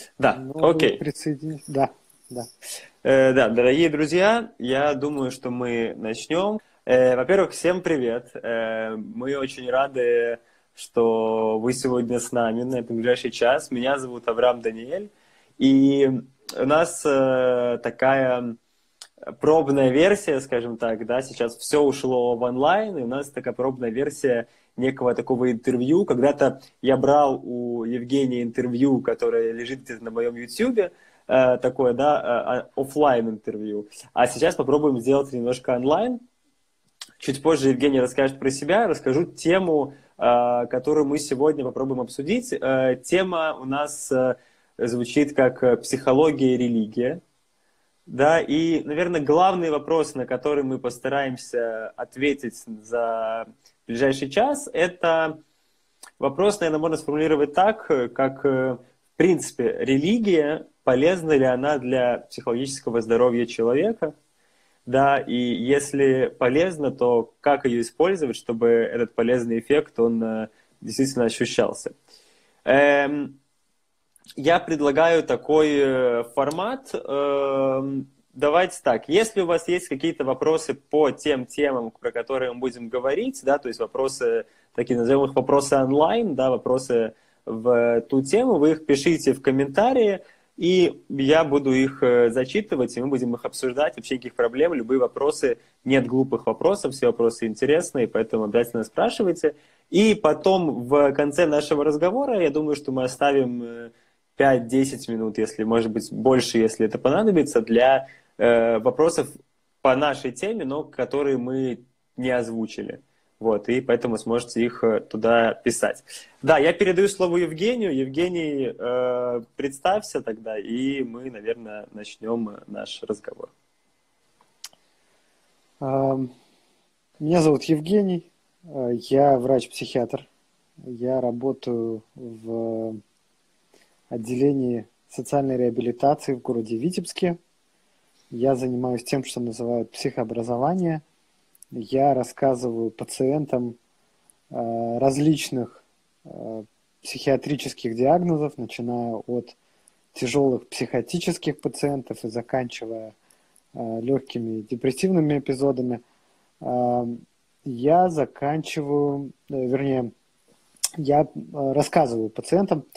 Да, Новые окей. присоединились. Да, да. Да, дорогие друзья, я думаю, что мы начнем. Во-первых, всем привет. Мы очень рады, что вы сегодня с нами на этот ближайший час. Меня зовут Авраам Даниэль. И у нас такая пробная версия, скажем так, да, сейчас все ушло в онлайн, и у нас такая пробная версия некого такого интервью. Когда-то я брал у Евгения интервью, которое лежит где-то на моем YouTube, такое, да, офлайн интервью. А сейчас попробуем сделать немножко онлайн. Чуть позже Евгений расскажет про себя, расскажу тему, которую мы сегодня попробуем обсудить. Тема у нас звучит как психология и религия. Да, и, наверное, главный вопрос, на который мы постараемся ответить за ближайший час, это вопрос, наверное, можно сформулировать так, как, в принципе, религия, полезна ли она для психологического здоровья человека, да, и если полезно, то как ее использовать, чтобы этот полезный эффект, он действительно ощущался. Я предлагаю такой формат. Давайте так, если у вас есть какие-то вопросы по тем темам, про которые мы будем говорить, да, то есть вопросы, такие назовем их вопросы онлайн, да, вопросы в ту тему, вы их пишите в комментарии, и я буду их зачитывать, и мы будем их обсуждать, вообще никаких проблем, любые вопросы, нет глупых вопросов, все вопросы интересные, поэтому обязательно спрашивайте. И потом в конце нашего разговора, я думаю, что мы оставим 5-10 минут, если, может быть, больше, если это понадобится, для вопросов по нашей теме, но которые мы не озвучили. Вот, и поэтому сможете их туда писать. Да, я передаю слово Евгению. Евгений, представься тогда, и мы, наверное, начнем наш разговор. Меня зовут Евгений, я врач-психиатр. Я работаю в отделении социальной реабилитации в городе Витебске. Я занимаюсь тем, что называют психообразование. Я рассказываю пациентам различных психиатрических диагнозов, начиная от тяжелых психотических пациентов и заканчивая легкими депрессивными эпизодами. Я заканчиваю, вернее, я рассказываю пациентам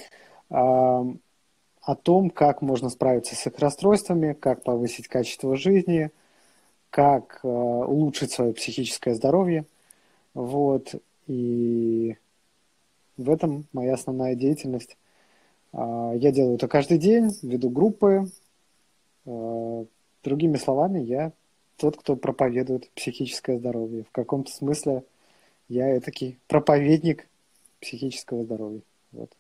о том, как можно справиться с их расстройствами, как повысить качество жизни, как улучшить свое психическое здоровье. Вот. И в этом моя основная деятельность. Я делаю это каждый день, веду группы. Другими словами, я тот, кто проповедует психическое здоровье. В каком-то смысле я этакий проповедник психического здоровья. Вот.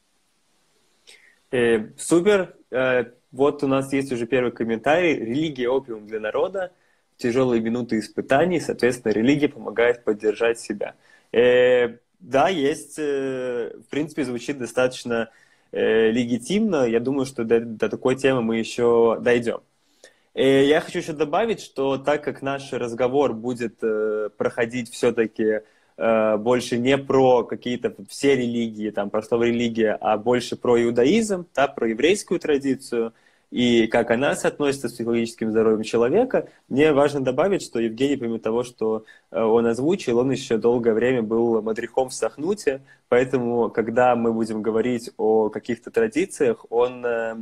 Супер. Вот у нас есть уже первый комментарий. Религия – опиум для народа. В тяжелые минуты испытаний, соответственно, религия помогает поддержать себя. Да, есть, в принципе, звучит достаточно легитимно. Я думаю, что до такой темы мы еще дойдем. Я хочу еще добавить, что так как наш разговор будет проходить все-таки больше не про какие-то все религии, там, про слово религия, а больше про иудаизм, да, про еврейскую традицию и как она соотносится с психологическим здоровьем человека, мне важно добавить, что Евгений, помимо того, что он озвучил, он еще долгое время был мадрихом в Сахнуте, поэтому, когда мы будем говорить о каких-то традициях, он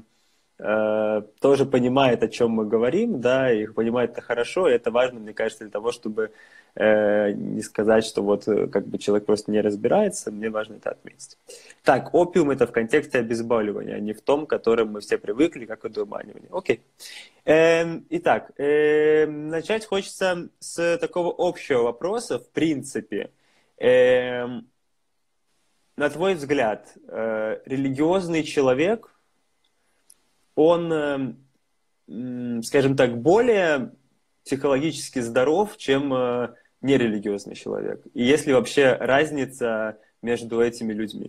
тоже понимает, о чем мы говорим, да, и понимает это хорошо, и это важно, мне кажется, для того, чтобы не сказать, что вот как бы человек просто не разбирается, мне важно это отметить. Так, опиум это в контексте обезболивания, а не в том, к которому мы все привыкли, как одурманивание. Окей. Итак, начать хочется с такого общего вопроса, в принципе. На твой взгляд, религиозный человек, он, скажем так, более психологически здоров, чем нерелигиозный человек? И есть ли вообще разница между этими людьми?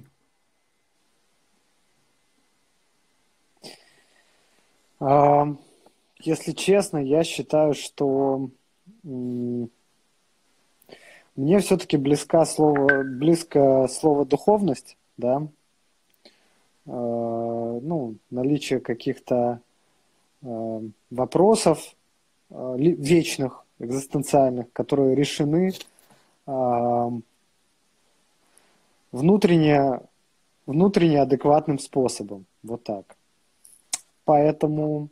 Если честно, я считаю, что мне все-таки близко слово духовность, да. ну, наличие каких-то вопросов вечных, экзистенциальных, которые решены внутренне, внутренне адекватным способом. Вот так. Поэтому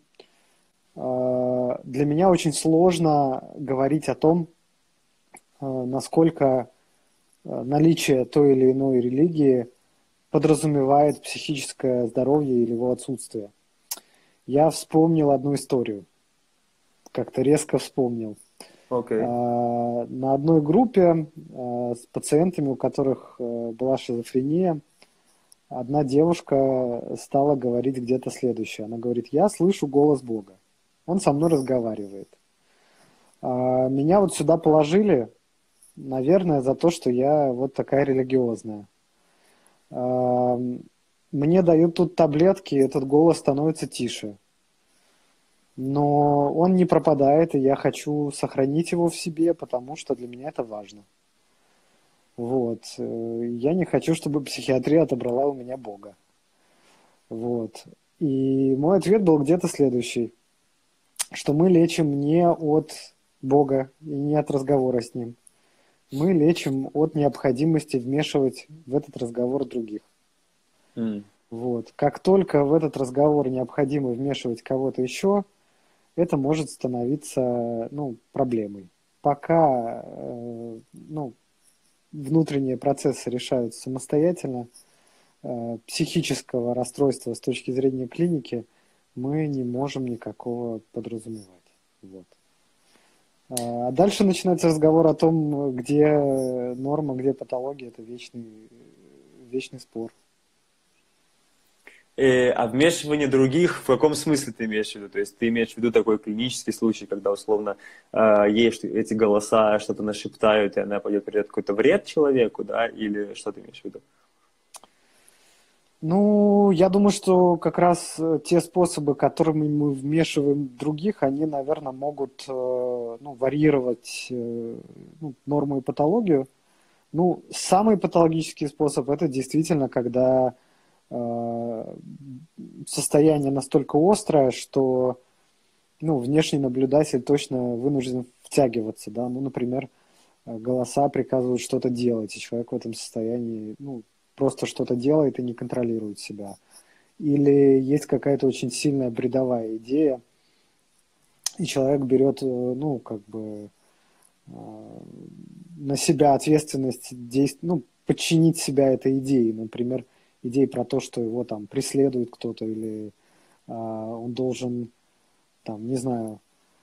для меня очень сложно говорить о том, насколько наличие той или иной религии подразумевает психическое здоровье или его отсутствие. Я вспомнил одну историю, как-то резко вспомнил. Окей. На одной группе с пациентами, у которых была шизофрения, одна девушка стала говорить где-то следующее. Она говорит: я слышу голос Бога, он со мной разговаривает. Меня вот сюда положили, наверное, за то, что я вот такая религиозная. Мне дают тут таблетки, и этот голос становится тише. Но он не пропадает, и я хочу сохранить его в себе, потому что для меня это важно. Вот. Я не хочу, чтобы психиатрия отобрала у меня Бога. Вот. И мой ответ был где-то следующий, что мы лечим не от Бога и не от разговора с Ним. Мы лечим от необходимости вмешивать в этот разговор других. Вот. Как только в этот разговор необходимо вмешивать кого-то еще, это может становиться, ну, проблемой. Пока ну, внутренние процессы решаются самостоятельно, психического расстройства с точки зрения клиники мы не можем никакого подразумевать. Вот. А дальше начинается разговор о том, где норма, где патология. Это вечный спор. А вмешивание других, в каком смысле ты имеешь в виду? То есть ты имеешь в виду такой клинический случай, когда условно есть эти голоса, что-то нашептают, и она пойдет придет какой-то вред человеку, да? Или что ты имеешь в виду? Ну, я думаю, что как раз те способы, которыми мы вмешиваем других, они, наверное, могут ну, варьировать ну, норму и патологию. Ну, самый патологический способ – это действительно, когда состояние настолько острое, что ну, внешний наблюдатель точно вынужден втягиваться. Да? Ну, например, голоса приказывают что-то делать, и человек в этом состоянии ну, просто что-то делает и не контролирует себя. Или есть какая-то очень сильная бредовая идея, и человек берет, ну, как бы на себя ответственность ну, подчинить себя этой идее. Например, идеи про то, что его там преследует кто-то, или он должен, там, не знаю,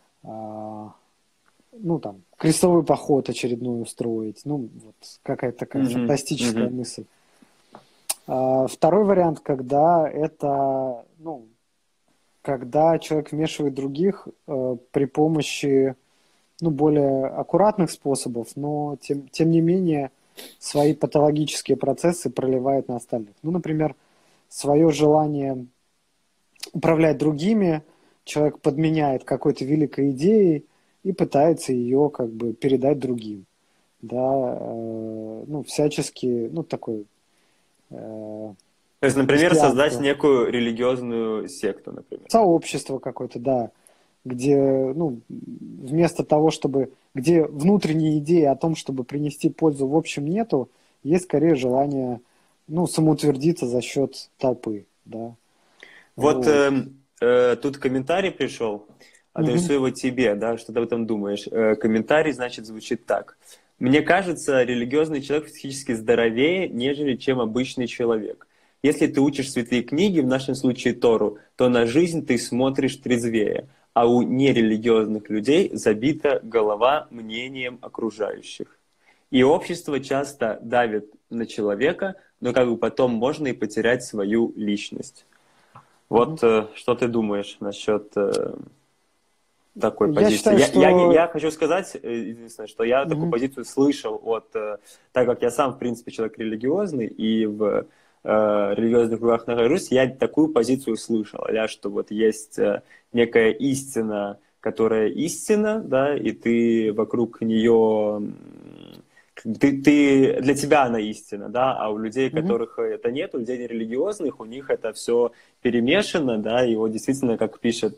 ну, там, крестовый поход очередной устроить. Ну, вот какая-то такая фантастическая мысль. Второй вариант, когда это, ну, когда человек вмешивает других при помощи, ну, более аккуратных способов, но тем не менее свои патологические процессы проливает на остальных. Ну, например, свое желание управлять другими человек подменяет какой-то великой идеей и пытается ее как бы передать другим. Да, ну, всячески, ну, такой... То есть, например, христианство. создать некую религиозную секту, например. Сообщество какое-то, да, где, ну, вместо того, чтобы... Где внутренней идеи о том, чтобы принести пользу в общем нету, есть скорее желание, ну, самоутвердиться за счет толпы, да. Вот тут комментарий пришел, адресую его тебе, да, что ты об этом думаешь. Комментарий, значит, звучит так. Мне кажется, религиозный человек психически здоровее, нежели чем обычный человек. Если ты учишь святые книги, в нашем случае Тору, то на жизнь ты смотришь трезвее, а у нерелигиозных людей забита голова мнением окружающих. И общество часто давит на человека, но как бы потом можно и потерять свою личность. Вот что ты думаешь насчет такой позиции? Считаю, что... Я хочу сказать, единственное, что я такую позицию слышал от... Так как я сам, в принципе, человек религиозный, и в религиозных кругах нахожусь, я такую позицию слышал, что вот есть некая истина, которая истина, да, и ты вокруг нее ты, для тебя она истина, да, а у людей, у Мгм. которых это нет, у людей нерелигиозных, у них это все перемешано, да, и вот действительно, как пишет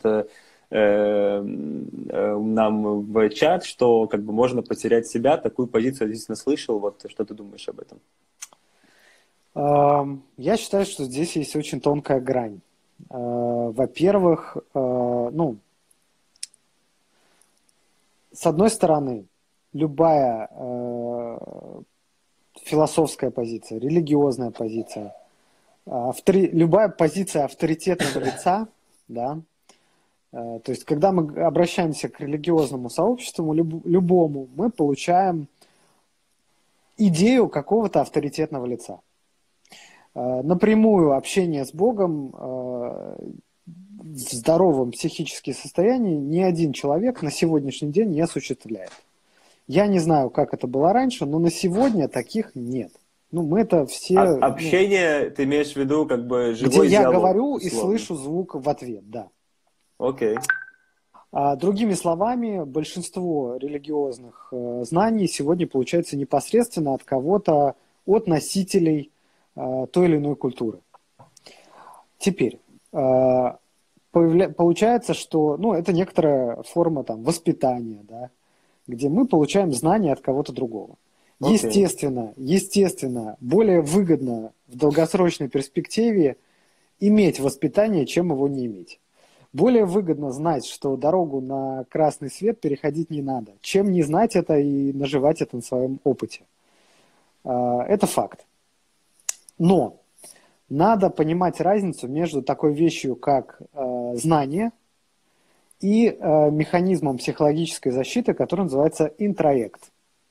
нам в чат, что как бы можно потерять себя, такую позицию я действительно слышал, вот что ты думаешь об этом? Я считаю, что здесь есть очень тонкая грань. Во-первых, ну, с одной стороны, любая философская позиция, религиозная позиция, любая позиция авторитетного лица, да, то есть, когда мы обращаемся к религиозному сообществу, любому, мы получаем идею какого-то авторитетного лица. Напрямую общение с Богом в здоровом психическом состоянии ни один человек на сегодняшний день не осуществляет. Я не знаю, как это было раньше, но на сегодня таких нет. Ну, мы это все... Общение, ты имеешь в виду как бы живой где я диалог, говорю условно. и слышу звук в ответ, да. Окей. Другими словами, большинство религиозных знаний сегодня получается непосредственно от кого-то, от носителей той или иной культуры. Теперь, получается, что это некоторая форма воспитания, да, где мы получаем знания от кого-то другого. Okay. Естественно, более выгодно в долгосрочной перспективе иметь воспитание, чем его не иметь. Более выгодно знать, что дорогу на красный свет переходить не надо, чем не знать это и наживать это на своем опыте. Это факт. Но надо понимать разницу между такой вещью, как знание, и механизмом психологической защиты, который называется интроект.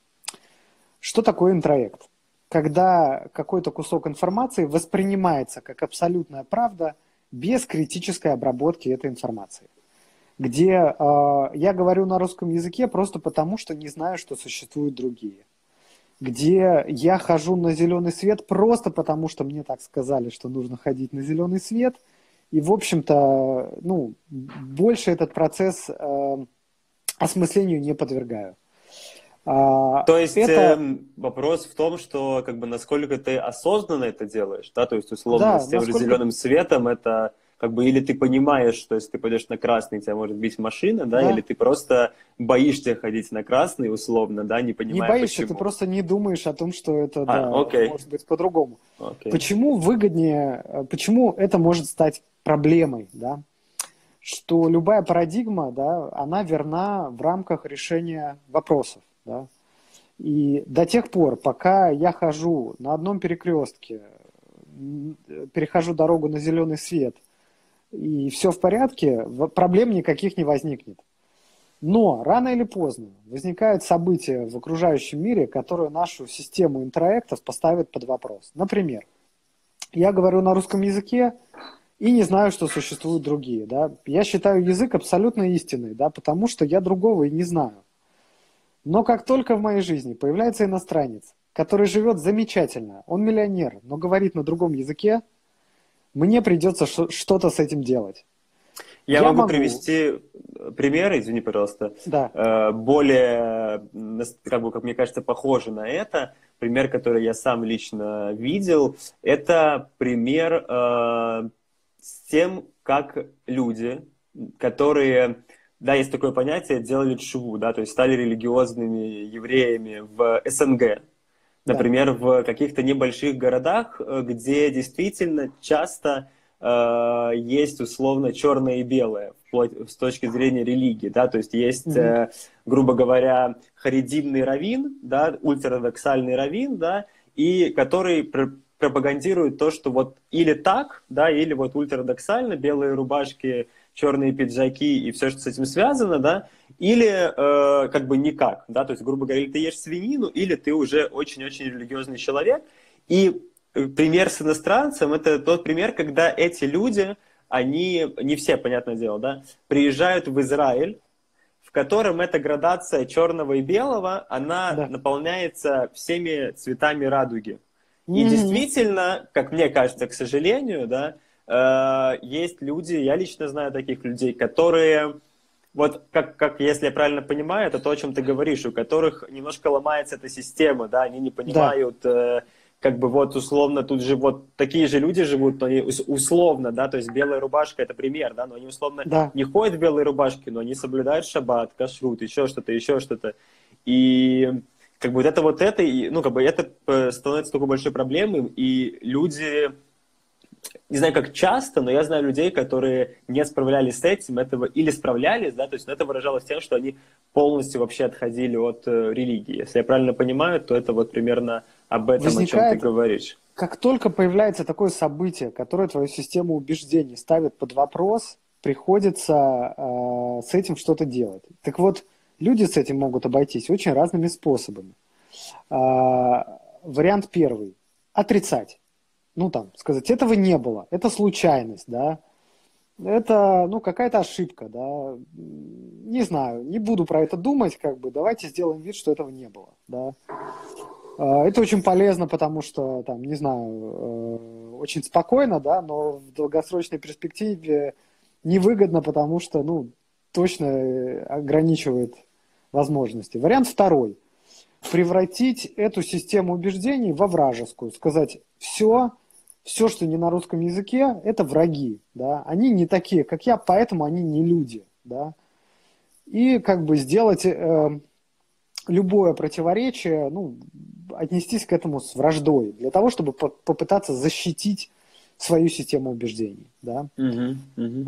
Что такое интроект? Когда какой-то кусок информации воспринимается как абсолютная правда без критической обработки этой информации. Где я говорю на русском языке просто потому, что не знаю, что существуют другие. Где я хожу на зеленый свет просто потому, что мне так сказали, что нужно ходить на зеленый свет. И, в общем-то, больше этот процесс осмыслению не подвергаю. То есть вопрос в том, что как бы насколько ты осознанно это делаешь, да, то есть условно Да, с тем же зеленым светом это как бы или ты понимаешь, что если ты пойдешь на красный, тебя может бить машина, да, или ты просто боишься ходить на красный условно, да, не понимая не боишься, почему. ты просто не думаешь о том, что это может быть по-другому. Почему это может стать проблемой, да? Что любая парадигма, да, она верна в рамках решения вопросов. Да? И до тех пор, пока я хожу на одном перекрестке, перехожу дорогу на зеленый свет, и все в порядке, проблем никаких не возникнет. Но рано или поздно возникают события в окружающем мире, которые нашу систему интроектов поставят под вопрос. Например, я говорю на русском языке и не знаю, что существуют другие. Да? Я считаю язык абсолютно истинный, да, потому что я другого и не знаю. Но как только в моей жизни появляется иностранец, который живет замечательно, он миллионер, но говорит на другом языке, мне придется что-то с этим делать. Я могу привести примеры, извини, пожалуйста, да. Более, как мне кажется, похожий на это. Пример, который я сам лично видел, это пример с тем, как люди, которые... Да, есть такое понятие, делали тшуву, да, то есть стали религиозными евреями в СНГ. Например, в каких-то небольших городах, где действительно часто есть условно черное и белое с точки зрения религии, да, то есть есть, грубо говоря, харидимный раввин, да, ультраортодоксальный раввин, да, и который пропагандирует то, что вот или так, да, или вот ультраортодоксально, белые рубашки, черные пиджаки и все, что с этим связано, да, или как бы никак, да, то есть, грубо говоря, или ты ешь свинину, или ты уже очень-очень религиозный человек. И пример с иностранцем – это тот пример, когда эти люди, они, не все, понятное дело, да, приезжают в Израиль, в котором эта градация черного и белого, она наполняется всеми цветами радуги. И действительно, как мне кажется, к сожалению, да, есть люди, я лично знаю таких людей, которые вот как, если я правильно понимаю, это то, о чем ты говоришь, у которых немножко ломается эта система, да, они не Да, понимают, как бы вот условно тут же вот такие же люди живут, но они условно, да, то есть белая рубашка это пример, да, но они условно да. не ходят в белой рубашке, но они соблюдают шаббат, кашрут, еще что-то, еще что-то. И как бы вот это, и, ну, как бы это становится такой большой проблемой, и люди не знаю, как часто, но я знаю людей, которые не справлялись с этим, этого или справлялись, да, то есть это выражалось тем, что они полностью вообще отходили от религии. Если я правильно понимаю, то это вот примерно об этом, о чем ты Возникает, говоришь. как только появляется такое событие, которое твою систему убеждений ставит под вопрос, приходится с этим что-то делать. Так вот, люди с этим могут обойтись очень разными способами. Вариант первый – отрицать. Ну, там, сказать, этого не было, это случайность, да, это, ну, какая-то ошибка, да, не знаю, не буду про это думать, как бы, давайте сделаем вид, что этого не было, да. Это очень полезно, потому что, там, не знаю, очень спокойно, да, но в долгосрочной перспективе невыгодно, потому что, ну, точно ограничивает возможности. Вариант второй. Превратить эту систему убеждений во вражескую. Сказать, все, что не на русском языке, это враги, да. Они не такие, как я, поэтому они не люди, да. И как бы сделать любое противоречие, ну, отнестись к этому с враждой, для того, чтобы попытаться защитить свою систему убеждений. Да? Угу, угу.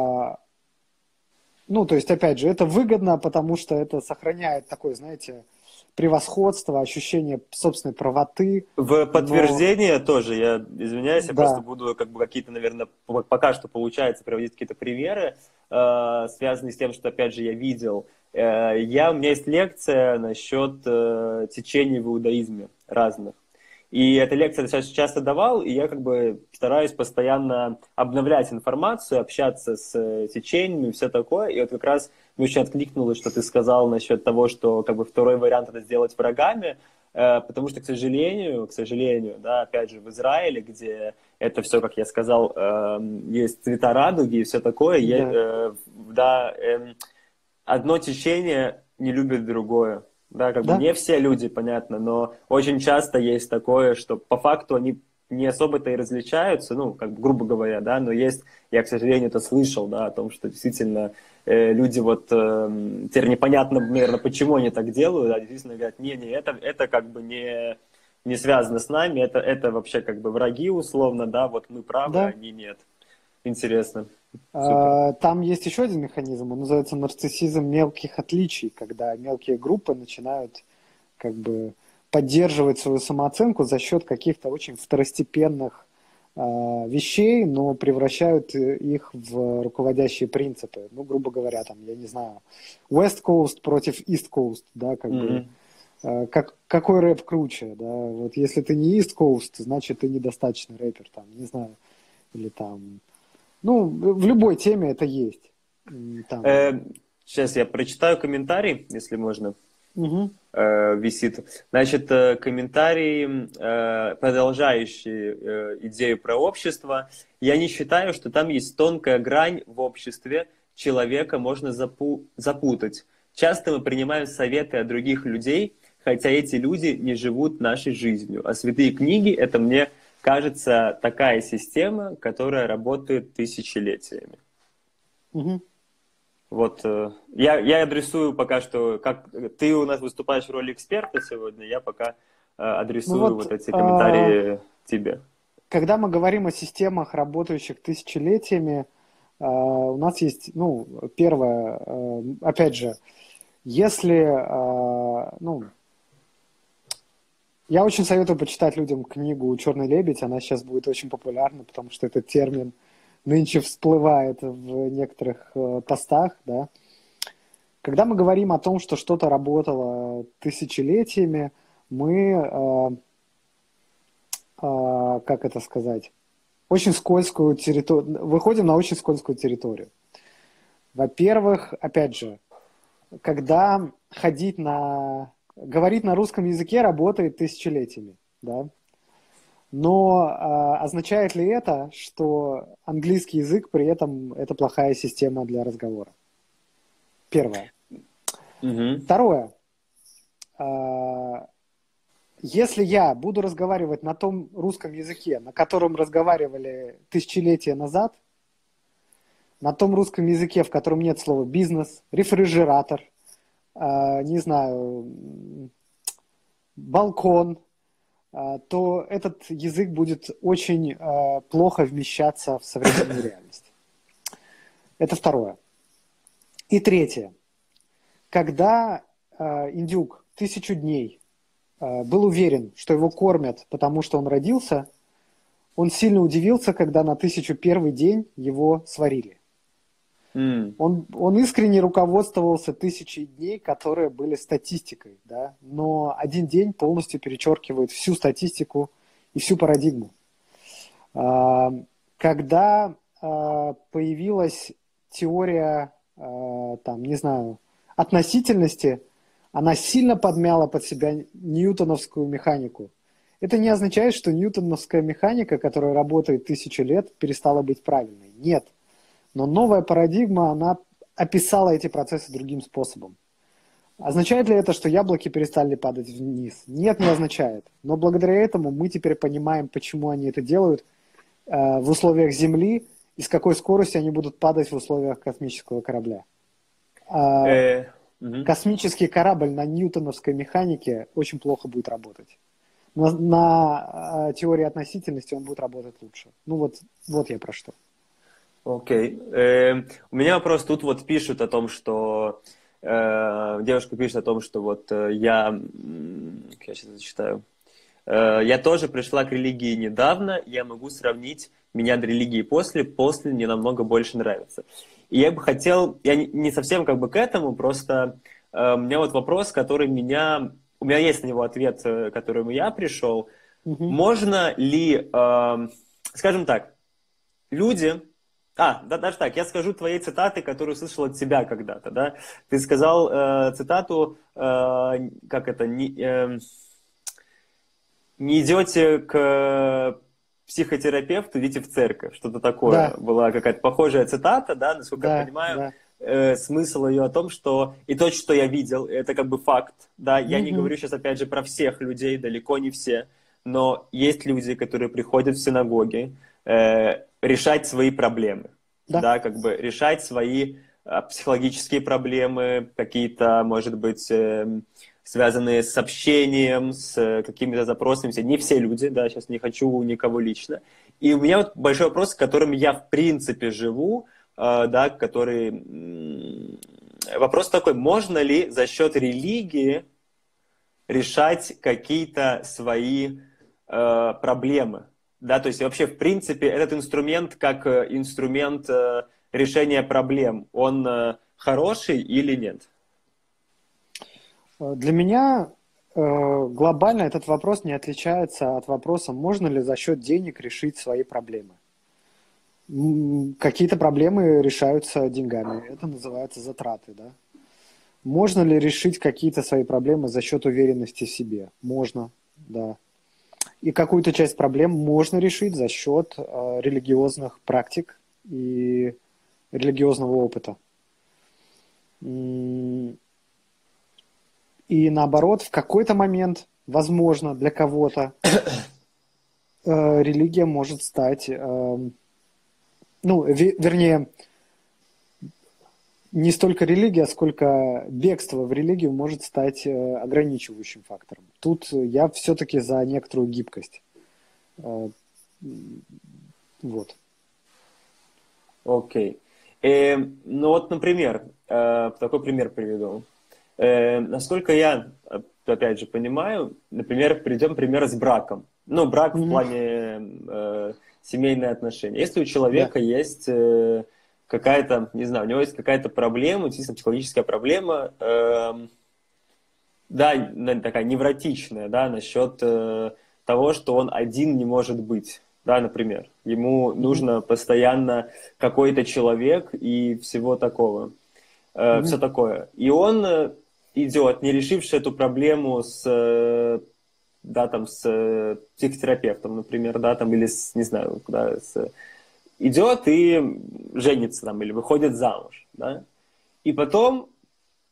Ну, то есть, опять же, это выгодно, потому что это сохраняет такое, знаете, превосходство, ощущение собственной правоты. В Но подтверждение тоже, я извиняюсь, я просто да, буду как бы какие-то, наверное, пока что получается приводить какие-то примеры, связанные с тем, что, опять же, я видел. У меня есть лекция насчет течений в иудаизме разных. И эта лекция я достаточно часто давал, и я как бы стараюсь постоянно обновлять информацию, общаться с течениями и все такое. И вот как раз мне очень откликнулось, что ты сказал насчет того, что как бы второй вариант это сделать врагами, потому что, к сожалению, да, опять же, в Израиле, где это все, как я сказал, есть цвета радуги и все такое, да, да, одно течение не любит другое. Да, как бы да, не все люди, понятно, но очень часто есть такое, что по факту они не особо-то и различаются, ну, как бы, грубо говоря, да, но есть, я, к сожалению, это слышал, да, о том, что действительно люди вот, теперь непонятно, наверное, почему они так делают, да, действительно говорят, не, это как бы не связано с нами, это вообще как бы враги условно, да, вот мы правы, а да. они нет. Интересно, супер. Там есть еще один механизм, он называется нарциссизм мелких отличий, когда мелкие группы начинают как бы поддерживать свою самооценку за счет каких-то очень второстепенных вещей, но превращают их в руководящие принципы. Ну, грубо говоря, там, я не знаю, West Coast против East Coast, да, как бы, Мгм. какой рэп круче, да, вот если ты не East Coast, значит, ты недостаточный рэпер, там, не знаю, или там, ну, в любой теме это есть. Там, Э, Сейчас я прочитаю комментарий, если можно. угу, Висит. Значит, комментарий, продолжающий идею про общество. Я не считаю, что там есть тонкая грань в обществе. Человека можно запутать. Часто мы принимаем советы от других людей, хотя эти люди не живут нашей жизнью. А святые книги – это, мне кажется, такая система, которая работает тысячелетиями. угу. Вот я адресую пока что, как ты у нас выступаешь в роли эксперта сегодня, я пока Ну адресую вот, вот эти комментарии тебе. когда мы говорим о системах, работающих тысячелетиями, у нас есть, ну, первое, опять же, если, ну, я очень советую почитать людям книгу «Черный лебедь», она сейчас будет очень популярна, потому что этот термин нынче всплывает в некоторых постах, да. Когда мы говорим о том, что что-то работало тысячелетиями, мы, как это сказать, очень скользкую территорию, выходим на очень скользкую территорию. Во-первых, опять же, когда говорить на русском языке работает тысячелетиями, да, но означает ли это, что английский язык при этом это плохая система для разговора? Первое. Мгм. Второе. А, Если я буду разговаривать на том русском языке, на котором разговаривали тысячелетия назад, на том русском языке, в котором нет слова бизнес, рефрижератор, не знаю, балкон, то этот язык будет очень плохо вмещаться в современную реальность. Это второе. И третье. Когда индюк 1000 дней был уверен, что его кормят, потому что он родился, он сильно удивился, когда на 1001 день его сварили. М. Он искренне руководствовался 1000 дней, которые были статистикой, да? Но один день полностью перечеркивает всю статистику и всю парадигму. Когда появилась теория, там, не знаю, относительности, она сильно подмяла под себя ньютоновскую механику. Это не означает, что ньютоновская механика, которая работает 1000 лет, перестала быть правильной. Нет. Но новая парадигма, она описала эти процессы другим способом. Означает ли это, что яблоки перестали падать вниз? Нет, не означает. Но благодаря этому мы теперь понимаем, почему они это делают в условиях Земли и с какой скоростью они будут падать в условиях космического корабля. Мгм. Космический корабль на ньютоновской механике очень плохо будет работать. На теории относительности он будет работать лучше. Ну вот я про что. Окей. У меня вопрос, тут вот пишут о том, что девушка пишет о том, что вот я сейчас зачитаю. Я тоже пришла к религии недавно, я могу сравнить меня до религии после мне намного больше нравится. И я бы хотел, я не совсем как бы к этому, просто у меня вот вопрос, который у меня есть на него ответ, к которому я пришел. Угу. Можно ли, скажем так, люди... даже так, я скажу твоей цитаты, которую услышал от тебя когда-то, да? Ты сказал цитату, как это, не идете к психотерапевту, идите в церковь, что-то такое. Да. Была какая-то похожая цитата, да, насколько я понимаю. Да. Смысл ее о том, что и то, что я видел, это как бы факт, да, я не говорю сейчас опять же про всех людей, далеко не все, но есть люди, которые приходят в синагоги решать свои проблемы, да, как бы решать свои психологические проблемы, какие-то, может быть, связанные с общением, с какими-то запросами. Не все люди, да, сейчас не хочу никого лично. И у меня вот большой вопрос, с которым я в принципе живу, да, который... Вопрос такой, можно ли за счет религии решать какие-то свои проблемы? Да, то есть вообще, в принципе, этот инструмент как инструмент решения проблем, он хороший или нет? Для меня глобально этот вопрос не отличается от вопроса, можно ли за счет денег решить свои проблемы. Какие-то проблемы решаются деньгами, это называется затраты, да. Можно ли решить какие-то свои проблемы за счет уверенности в себе? Можно, да. И какую-то часть проблем можно решить за счет религиозных практик и религиозного опыта. И наоборот, в какой-то момент, возможно, для кого-то религия может стать, вернее, не столько религия, сколько бегство в религию может стать ограничивающим фактором. Тут я все-таки за некоторую гибкость. Вот. Окей. Ну вот, например, такой пример приведу. Насколько я, опять же, понимаю, например, приведем пример с браком. Ну, брак в плане семейные отношения. Если у человека есть какая-то, не знаю, у него есть какая-то проблема, действительно психологическая проблема, да, такая невротичная, да, насчет того, что он один не может быть, да, например. Ему нужно постоянно какой-то человек и всего такого, все такое. И он идет, не решивший эту проблему с психотерапевтом, например, да, там, или не знаю, куда, идет и женится там, или выходит замуж, да, и потом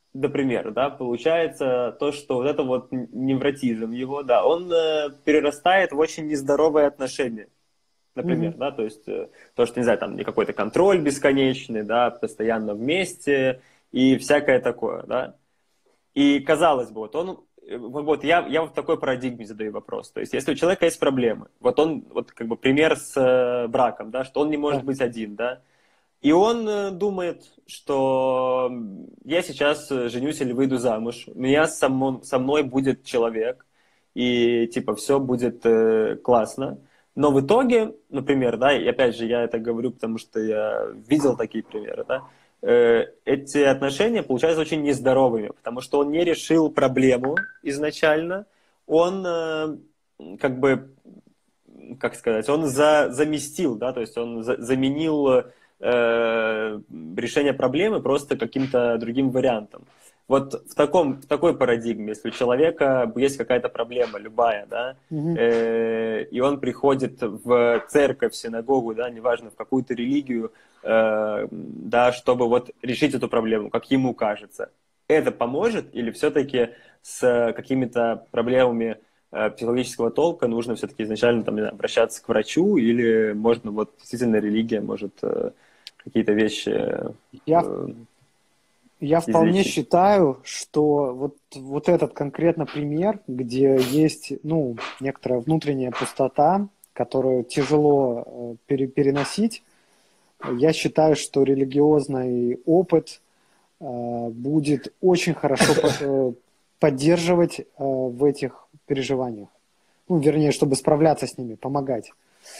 например, да, получается то, что вот это вот невротизм его, да, он перерастает в очень нездоровые отношения. Например, Мгм. да, то есть то, что, не знаю, там какой-то контроль бесконечный, да, постоянно вместе и всякое такое, да. И казалось бы, вот он, вот я вот в такой парадигме задаю вопрос. То есть, если у человека есть проблемы, вот он, вот как бы пример с браком, да, что он не может Да. быть один, да, и он думает, что я сейчас женюсь или выйду замуж, у меня со мной будет человек, и типа все будет классно. Но в итоге, например, да, и опять же я это говорю, потому что я видел такие примеры, да, эти отношения получаются очень нездоровыми, потому что он не решил проблему изначально, он как бы, как сказать, он заместил, да, то есть он заменил решение проблемы просто каким-то другим вариантом. Вот в такой парадигме, если у человека есть какая-то проблема, любая, да, Мгм. и он приходит в церковь, в синагогу, да, неважно, в какую-то религию, да, чтобы вот решить эту проблему, как ему кажется. Это поможет или все-таки с какими-то проблемами психологического толка нужно все-таки изначально там, не знаю, обращаться к врачу или можно вот действительно религия может какие-то вещи Я, я вполне излечить? считаю, что вот этот конкретно пример, где есть, ну, некоторая внутренняя пустота, которую тяжело переносить, я считаю, что религиозный опыт будет очень хорошо поддерживать в этих переживаниях. Ну, вернее, чтобы справляться с ними, помогать.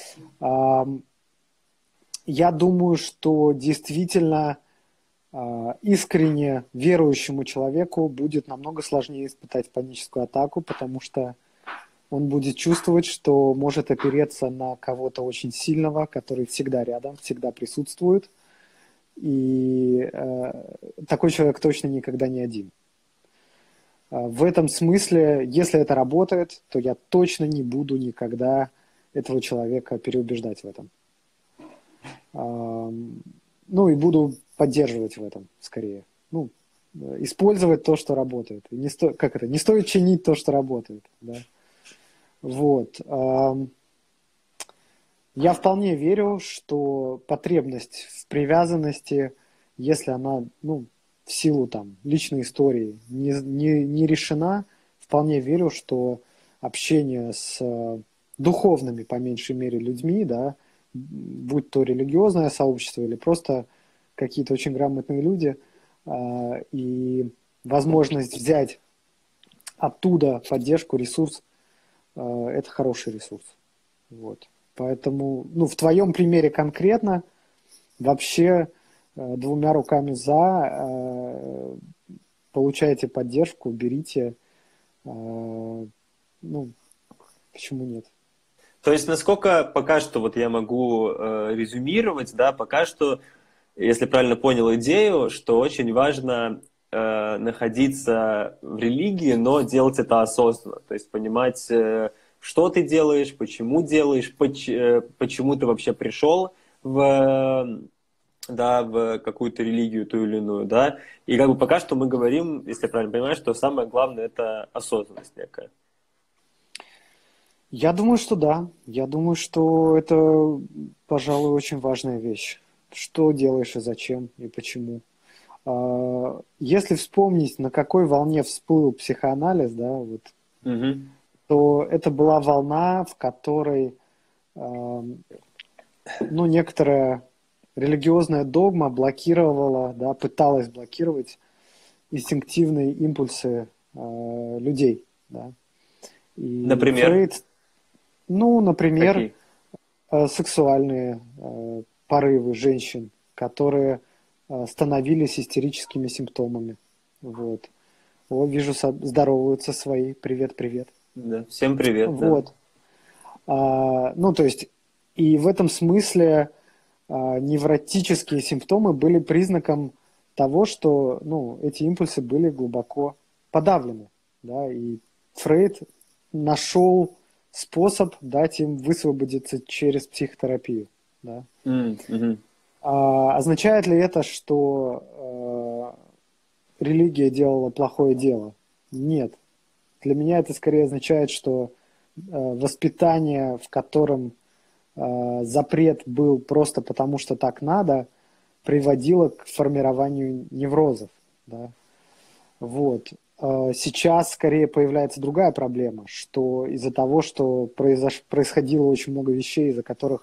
Я думаю, что действительно искренне верующему человеку будет намного сложнее испытать паническую атаку, потому что он будет чувствовать, что может опереться на кого-то очень сильного, который всегда рядом, всегда присутствует. И такой человек точно никогда не один. В этом смысле, если это работает, то я точно не буду никогда этого человека переубеждать в этом. Ну и буду поддерживать в этом скорее. Ну, использовать то, что работает. И не стоит чинить то, что работает. Да? Вот. Я вполне верю, что потребность в привязанности, если она, ну, в силу там личной истории не решена, вполне верю, что общение с духовными, по меньшей мере, людьми, да, будь то религиозное сообщество или просто какие-то очень грамотные люди, и возможность взять оттуда поддержку, ресурс, это хороший ресурс. Вот. Поэтому, ну, в твоем примере конкретно вообще двумя руками за, получаете поддержку, берите, ну, почему нет? То есть, насколько пока что вот я могу резюмировать, да, пока что, если правильно понял идею, что очень важно находиться в религии, но делать это осознанно, то есть понимать, что ты делаешь, почему ты вообще пришел в, да, в какую-то религию ту или иную, да, и как бы пока что мы говорим, если я правильно понимаю, что самое главное это осознанность некая. Я думаю, что да. Я думаю, что это, пожалуй, очень важная вещь. Что делаешь и зачем, и почему. Если вспомнить, на какой волне всплыл психоанализ, да, вот, Угу. то это была волна, в которой ну, некоторая религиозная догма блокировала, да, пыталась блокировать инстинктивные импульсы людей. Да. И Например, Фрейд, ну, например, какие? сексуальные порывы женщин, которые становились истерическими симптомами. Вот. О, вижу, здороваются свои. Привет, привет. Да. Всем привет, да. Вот. Ну, то есть, и в этом смысле невротические симптомы были признаком того, что, ну, эти импульсы были глубоко подавлены. Да, и Фрейд нашел способ дать им высвободиться через психотерапию. Да. Мгм. Означает ли это, что религия делала плохое дело. Нет. Для меня это скорее означает, что воспитание, в котором запрет был просто потому, что так надо, приводило к формированию неврозов. Да? Вот. Сейчас скорее появляется другая проблема, что из-за того, что происходило очень много вещей, из-за которых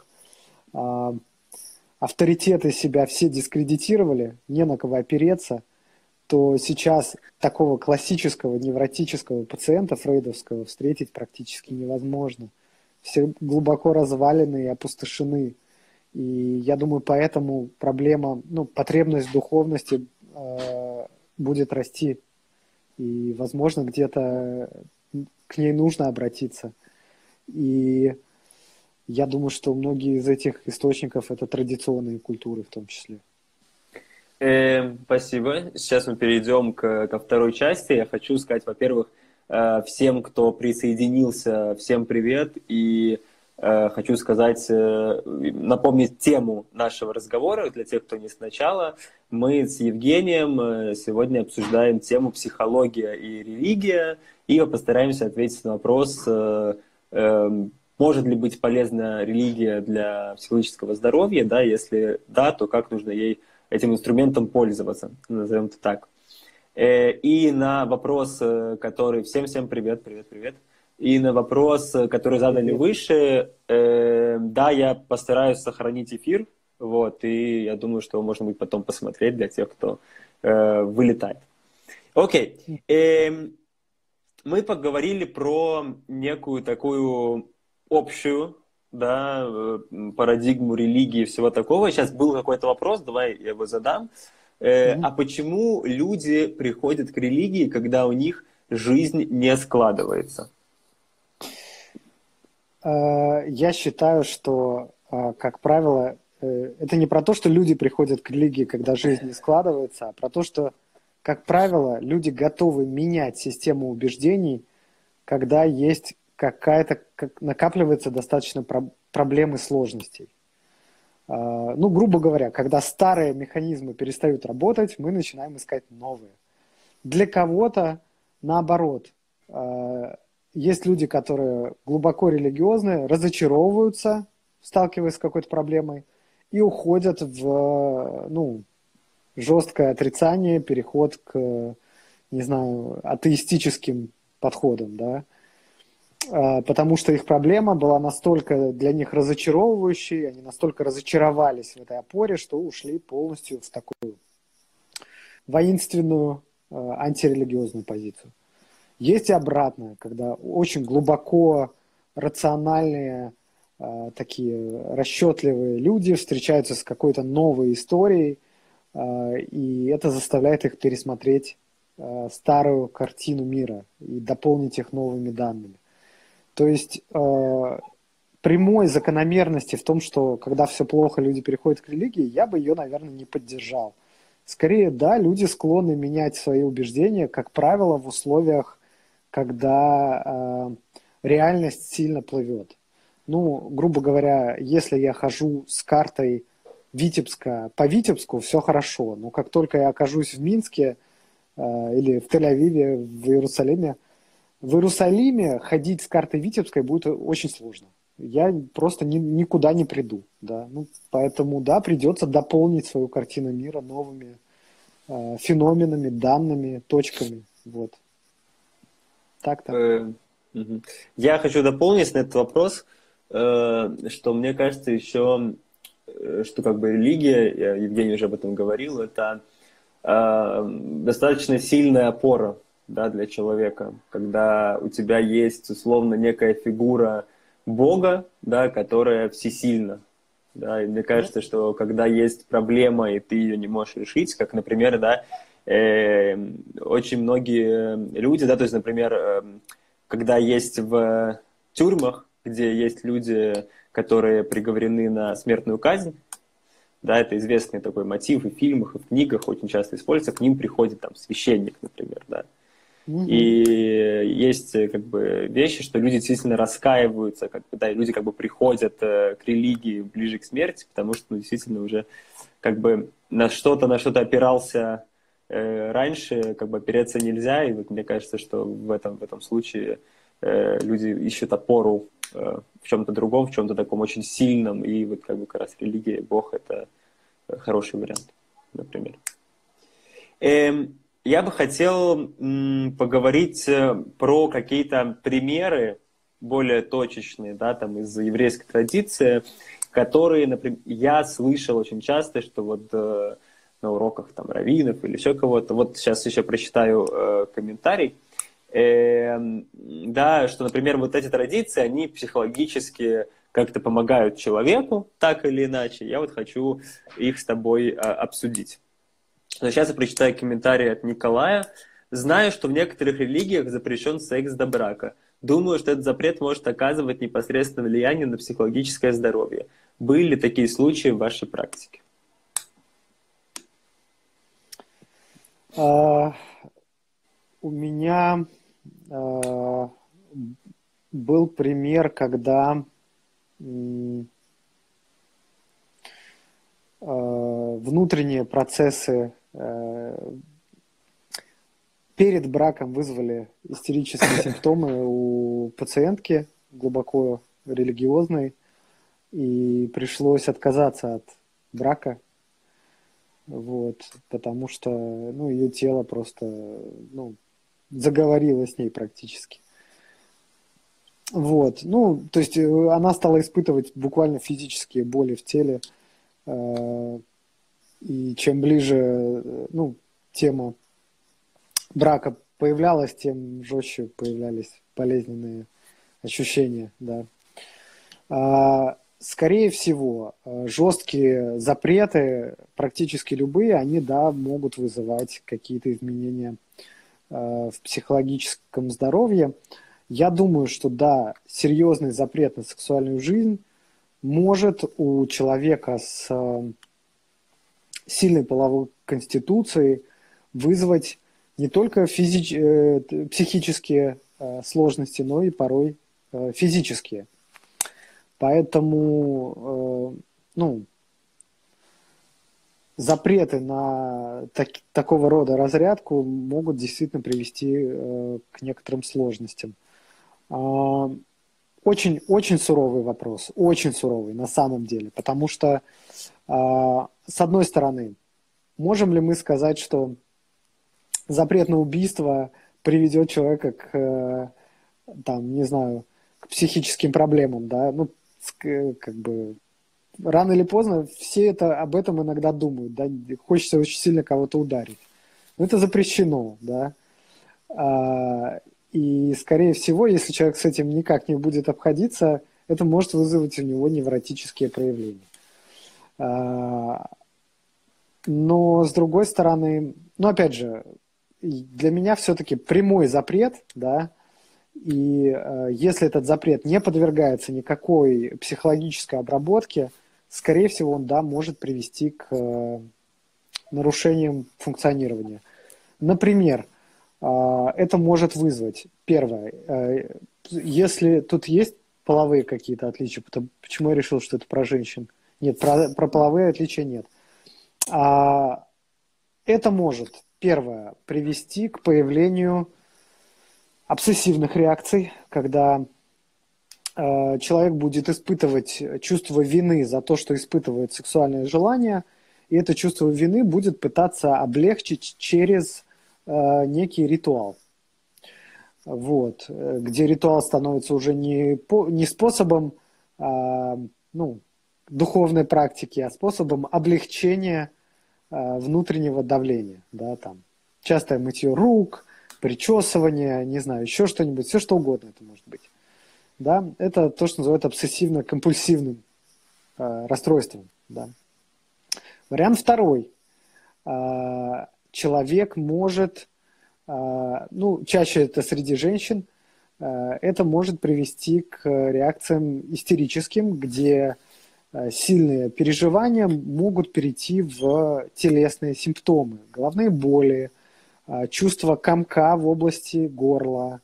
авторитеты себя все дискредитировали, не на кого опереться, то сейчас такого классического невротического пациента фрейдовского встретить практически невозможно. Все глубоко развалены и опустошены. И я думаю, поэтому проблема, потребность в духовности будет расти. И, возможно, где-то к ней нужно обратиться. И я думаю, что многие из этих источников это традиционные культуры в том числе. Спасибо. Сейчас мы перейдем ко второй части. Я хочу сказать, во-первых, всем, кто присоединился, всем привет. И хочу сказать, напомнить тему нашего разговора для тех, кто не сначала. Мы с Евгением сегодня обсуждаем тему психология и религия, и постараемся ответить на вопрос, может ли быть полезна религия для психологического здоровья, да, если да, то как нужно этим инструментом пользоваться, назовем это так. И на вопрос, который... Всем привет. И на вопрос, который задали выше, да, я постараюсь сохранить эфир, вот, и я думаю, что можно будет потом посмотреть для тех, кто вылетает. Окей. Мы поговорили про некую такую общую, да, парадигму религии и всего такого. Сейчас был какой-то вопрос, давай я его задам. А почему люди приходят к религии, когда у них жизнь не складывается? Я считаю, что, как правило, это не про то, что люди приходят к религии, когда жизнь не складывается, а про то, что, как правило, люди готовы менять систему убеждений, когда есть накапливается достаточно проблем и сложностей. Грубо говоря, когда старые механизмы перестают работать, мы начинаем искать новые. Для кого-то, наоборот, есть люди, которые глубоко религиозные, разочаровываются, сталкиваясь с какой-то проблемой, и уходят в жесткое отрицание, переход к, не знаю, атеистическим подходам, да, потому что их проблема была настолько для них разочаровывающей, они настолько разочаровались в этой опоре, что ушли полностью в такую воинственную антирелигиозную позицию. Есть и обратное, когда очень глубоко рациональные, такие расчетливые люди встречаются с какой-то новой историей, и это заставляет их пересмотреть старую картину мира и дополнить их новыми данными. То есть прямой закономерности в том, что когда все плохо, люди переходят к религии, я бы ее, наверное, не поддержал. Скорее, да, люди склонны менять свои убеждения, как правило, в условиях, когда реальность сильно плывет. Грубо говоря, если я хожу с картой Витебска по Витебску, все хорошо. Но как только я окажусь в Минске или в Тель-Авиве, в Иерусалиме ходить с картой Витебской будет очень сложно. Я просто никуда не приду. Да? Поэтому, да, придется дополнить свою картину мира новыми феноменами, данными, точками. Вот. Так-то. Я хочу дополнить на этот вопрос, что мне кажется еще, что как бы религия, Евгений уже об этом говорил, это достаточно сильная опора, да, для человека, когда у тебя есть условно некая фигура Бога, да, которая всесильна. Да, и мне кажется, что когда есть проблема, и ты ее не можешь решить, как, например, да, очень многие люди, да, то есть, например, когда есть в тюрьмах, где есть люди, которые приговорены на смертную казнь, да, это известный такой мотив и в фильмах, и в книгах очень часто используется, к ним приходит там священник, например, да. И есть как бы вещи, что люди действительно раскаиваются, да, и люди как бы приходят к религии ближе к смерти, потому что действительно уже как бы на что-то опирался раньше как бы опереться нельзя, и вот мне кажется, что в этом случае люди ищут опору в чем-то другом, в чем-то таком очень сильном, и вот как раз религия, Бог — это хороший вариант, например. Я бы хотел поговорить про какие-то примеры более точечные, да, там из еврейской традиции, которые, например, я слышал очень часто, что вот на уроках там раввинов или еще кого-то, вот сейчас еще прочитаю комментарий, да, что, например, вот эти традиции, они психологически как-то помогают человеку, так или иначе. Я вот хочу их с тобой обсудить. Но сейчас я прочитаю комментарий от Николая. Знаю, что в некоторых религиях запрещен секс до брака. Думаю, что этот запрет может оказывать непосредственное влияние на психологическое здоровье. Были ли такие случаи в вашей практике? У меня был пример, когда внутренние процессы перед браком вызвали истерические симптомы у пациентки, глубоко религиозной, и пришлось отказаться от брака, вот, потому что, ну, ее тело просто, ну, заговорило с ней практически. Вот, ну, то есть она стала испытывать буквально физические боли в теле, и чем ближе, ну, тема брака появлялась, тем жестче появлялись болезненные ощущения, да. Скорее всего, жесткие запреты, практически любые, они, да, могут вызывать какие-то изменения в психологическом здоровье. Я думаю, что, да, серьезный запрет на сексуальную жизнь может у человека с сильной половой конституцией вызвать не только психические сложности, но и порой физические. Поэтому, ну, запреты на такого рода разрядку могут действительно привести к некоторым сложностям. Очень, очень суровый вопрос, очень суровый на самом деле, потому что, с одной стороны, можем ли мы сказать, что запрет на убийство приведет человека к, там, не знаю, к психическим проблемам, да, ну, как бы, рано или поздно все об этом иногда думают, да, хочется очень сильно кого-то ударить. Но это запрещено, да, и, скорее всего, если человек с этим никак не будет обходиться, это может вызвать у него невротические проявления. Но, с другой стороны, ну, опять же, для меня все-таки прямой запрет, да, и если этот запрет не подвергается никакой психологической обработке, скорее всего, он, да, может привести к нарушениям функционирования. Например, это может вызвать, первое, если тут есть половые какие-то отличия, почему я решил, что это про женщин? Нет, про половые отличия нет. Это может, первое, привести к появлению обсессивных реакций, когда человек будет испытывать чувство вины за то, что испытывает сексуальное желание, и это чувство вины будет пытаться облегчить через некий ритуал. Вот, где ритуал становится уже не способом ну, духовной практики, а способом облегчения внутреннего давления. Да, там, частое мытье рук, причесывание, не знаю, еще что-нибудь, все что угодно это может быть. Да, это то, что называют обсессивно-компульсивным расстройством. Да. Вариант второй. Человек может, ну, чаще это среди женщин, это может привести к реакциям истерическим, где сильные переживания могут перейти в телесные симптомы, головные боли, чувство комка в области горла,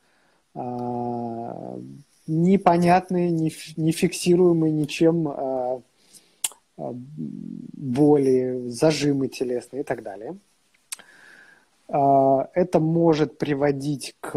непонятные, нефиксируемые ничем боли, зажимы телесные и так далее. Это может приводить к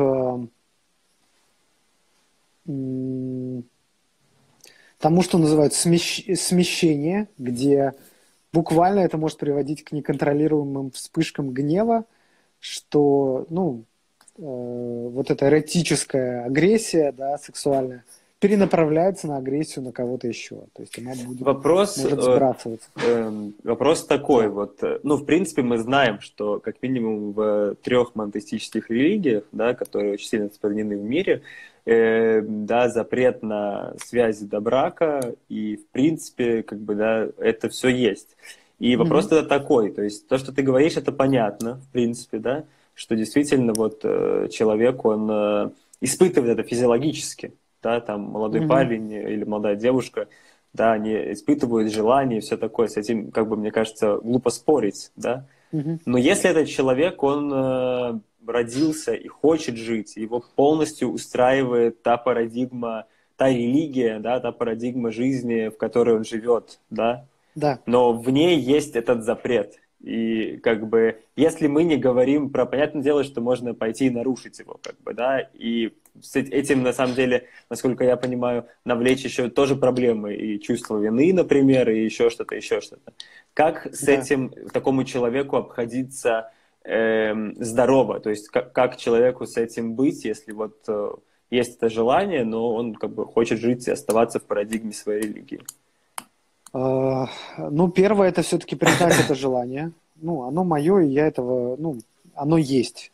тому, что называют смещение, где буквально это может приводить к неконтролируемым вспышкам гнева, что, вот эта эротическая агрессия, да, сексуальная, перенаправляется на агрессию на кого-то еще. То есть она может сбрасываться. Вопрос такой, Да. вот, в принципе, мы знаем, что как минимум в 3 монотеистических религиях, да, которые очень сильно распространены в мире, да, запрет на связи до брака, и, в принципе, как бы, да, это все есть. И вопрос тогда такой, то есть то, что ты говоришь, это понятно, в принципе, да, что действительно вот человек, он испытывает это физиологически, да, там молодой парень или молодая девушка, да, они испытывают желание и все такое, с этим, как бы, мне кажется, глупо спорить, да. Но если этот человек, он родился и хочет жить, его полностью устраивает та парадигма, та религия, да, та парадигма жизни, в которой он живет, да, Да. но в ней есть этот запрет. И как бы, если мы не говорим про, понятное дело, что можно пойти и нарушить его, как бы, да, и с этим, на самом деле, насколько я понимаю, навлечь еще тоже проблемы и чувство вины, например, и еще что-то, еще что-то. Как с этим такому человеку обходиться здорово? То есть как человеку с этим быть, если вот есть это желание, но он как бы хочет жить и оставаться в парадигме своей религии? Первое, это все-таки признать это желание. Оно мое, и я этого, оно есть.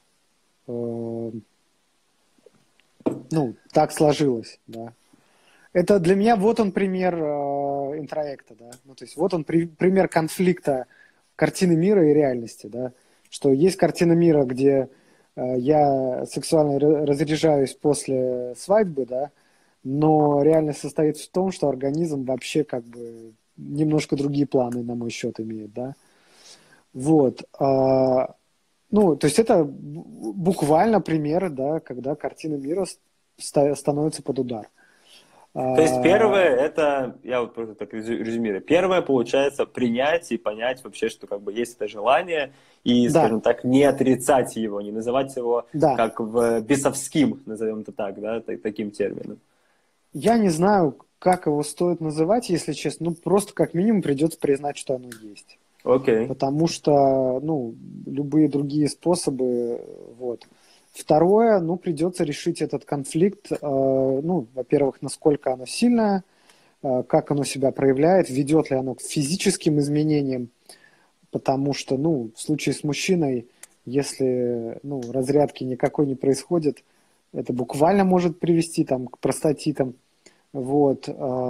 Так сложилось, да. Это для меня, вот он пример интроекта, да. То есть вот он пример конфликта картины мира и реальности, да. Что есть картина мира, где я сексуально разряжаюсь после свадьбы, да, но реальность состоит в том, что организм вообще как бы немножко другие планы на мой счет имеет, да. Вот. То есть это буквально пример, да, когда картина мира становится под удар. То есть первое, это, я вот просто так резюмирую, первое, получается, принять и понять вообще, что как бы есть это желание, и, скажем так, не отрицать его, не называть его как в бесовским, назовем это так, да, таким термином. Я не знаю, как его стоит называть, если честно, просто как минимум придется признать, что оно есть. Окей. Потому что, любые другие способы, вот. Второе, придется решить этот конфликт, во-первых, насколько оно сильное, как оно себя проявляет, ведет ли оно к физическим изменениям, потому что, в случае с мужчиной, если, разрядки никакой не происходит, это буквально может привести там к простатитам, вот.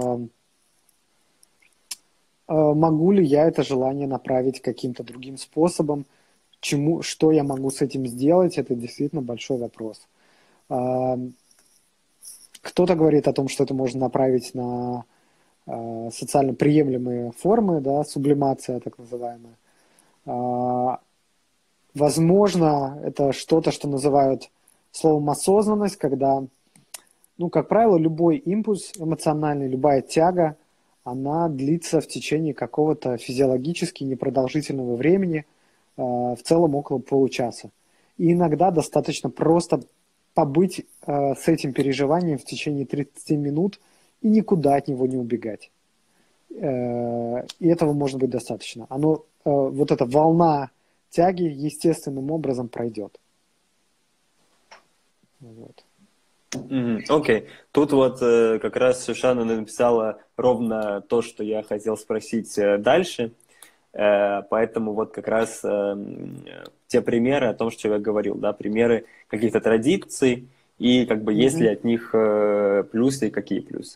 Могу ли я это желание направить каким-то другим способом? Что я могу с этим сделать? Это действительно большой вопрос. Кто-то говорит о том, что это можно направить на социально приемлемые формы, да, сублимация так называемая. Возможно, это что-то, что называют словом осознанность, когда, как правило, любой импульс эмоциональный, любая тяга, она длится в течение какого-то физиологически непродолжительного времени, в целом около получаса. И иногда достаточно просто побыть с этим переживанием в течение 30 минут и никуда от него не убегать. И этого может быть достаточно. Вот эта волна тяги естественным образом пройдет. Вот. Окей. Тут вот как раз Шушана написала ровно то, что я хотел спросить дальше. Поэтому вот как раз те примеры о том, что я говорил, да, примеры каких-то традиций и как бы есть ли от них плюсы и какие плюсы.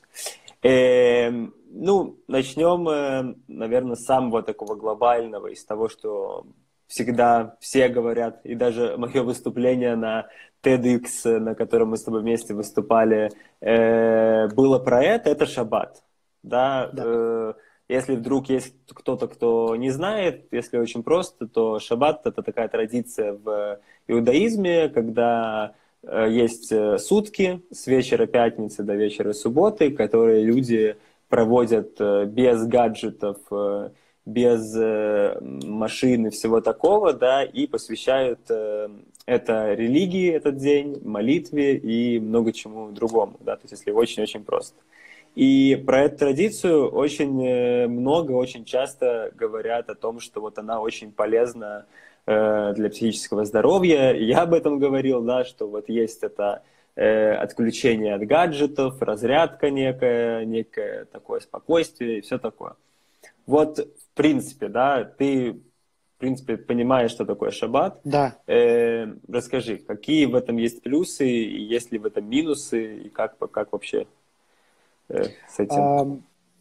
Начнем, наверное, с самого такого глобального, из того, что всегда все говорят, и даже мое выступление на TEDx, на котором мы с тобой вместе выступали, было про это шаббат. Да. Если вдруг есть кто-то, кто не знает, если очень просто, то шаббат – это такая традиция в иудаизме, когда есть сутки с вечера пятницы до вечера субботы, которые люди проводят без гаджетов, без машин и всего такого, да, и посвящают это религии этот день, молитве и много чему другому, да, то есть если очень-очень просто. И про эту традицию очень много, очень часто говорят о том, что вот она очень полезна для психического здоровья. Я об этом говорил, да, что вот есть это отключение от гаджетов, разрядка некое такое спокойствие и все такое. Вот, в принципе, да, ты, в принципе, понимаешь, что такое шаббат. Да. Расскажи, какие в этом есть плюсы, и есть ли в этом минусы, и как вообще с этим?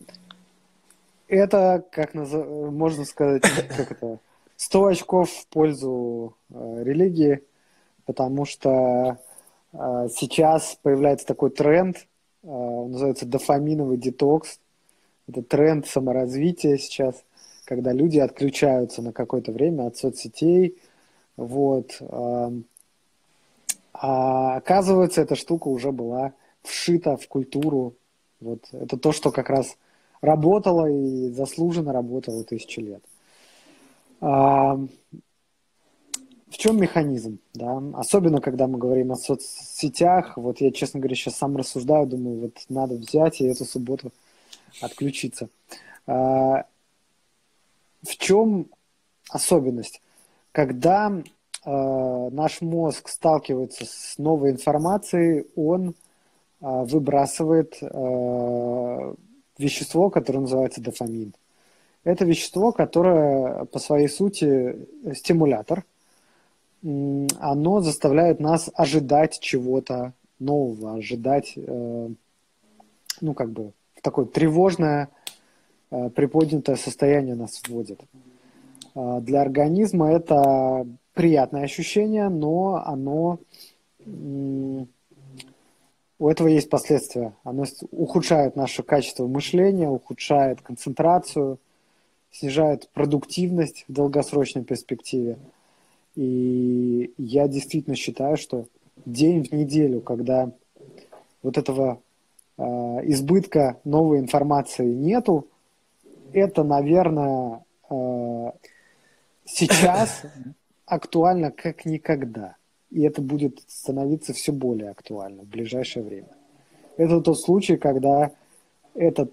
Это, можно сказать, как это, 100 очков в пользу религии, потому что сейчас появляется такой тренд, он называется дофаминовый детокс. Это тренд саморазвития сейчас, когда люди отключаются на какое-то время от соцсетей. Вот. А оказывается, эта штука уже была вшита в культуру. Вот. Это то, что как раз работало и заслуженно работало тысячи лет. В чем механизм? Да? Особенно, когда мы говорим о соцсетях. Вот я, честно говоря, сейчас сам рассуждаю, думаю, вот надо взять и эту субботу отключиться. В чем особенность? Когда наш мозг сталкивается с новой информацией, он выбрасывает вещество, которое называется дофамин. Это вещество, которое по своей сути стимулятор. Оно заставляет нас ожидать чего-то нового, ожидать, ну, как бы, в такое тревожное, приподнятое состояние нас вводит. Для организма это приятное ощущение, но оно, у этого есть последствия. Оно ухудшает наше качество мышления, ухудшает концентрацию, снижает продуктивность в долгосрочной перспективе. И я действительно считаю, что день в неделю, когда вот этого избытка новой информации нету, это, наверное, сейчас актуально как никогда. И это будет становиться все более актуально в ближайшее время. Это тот случай, когда эта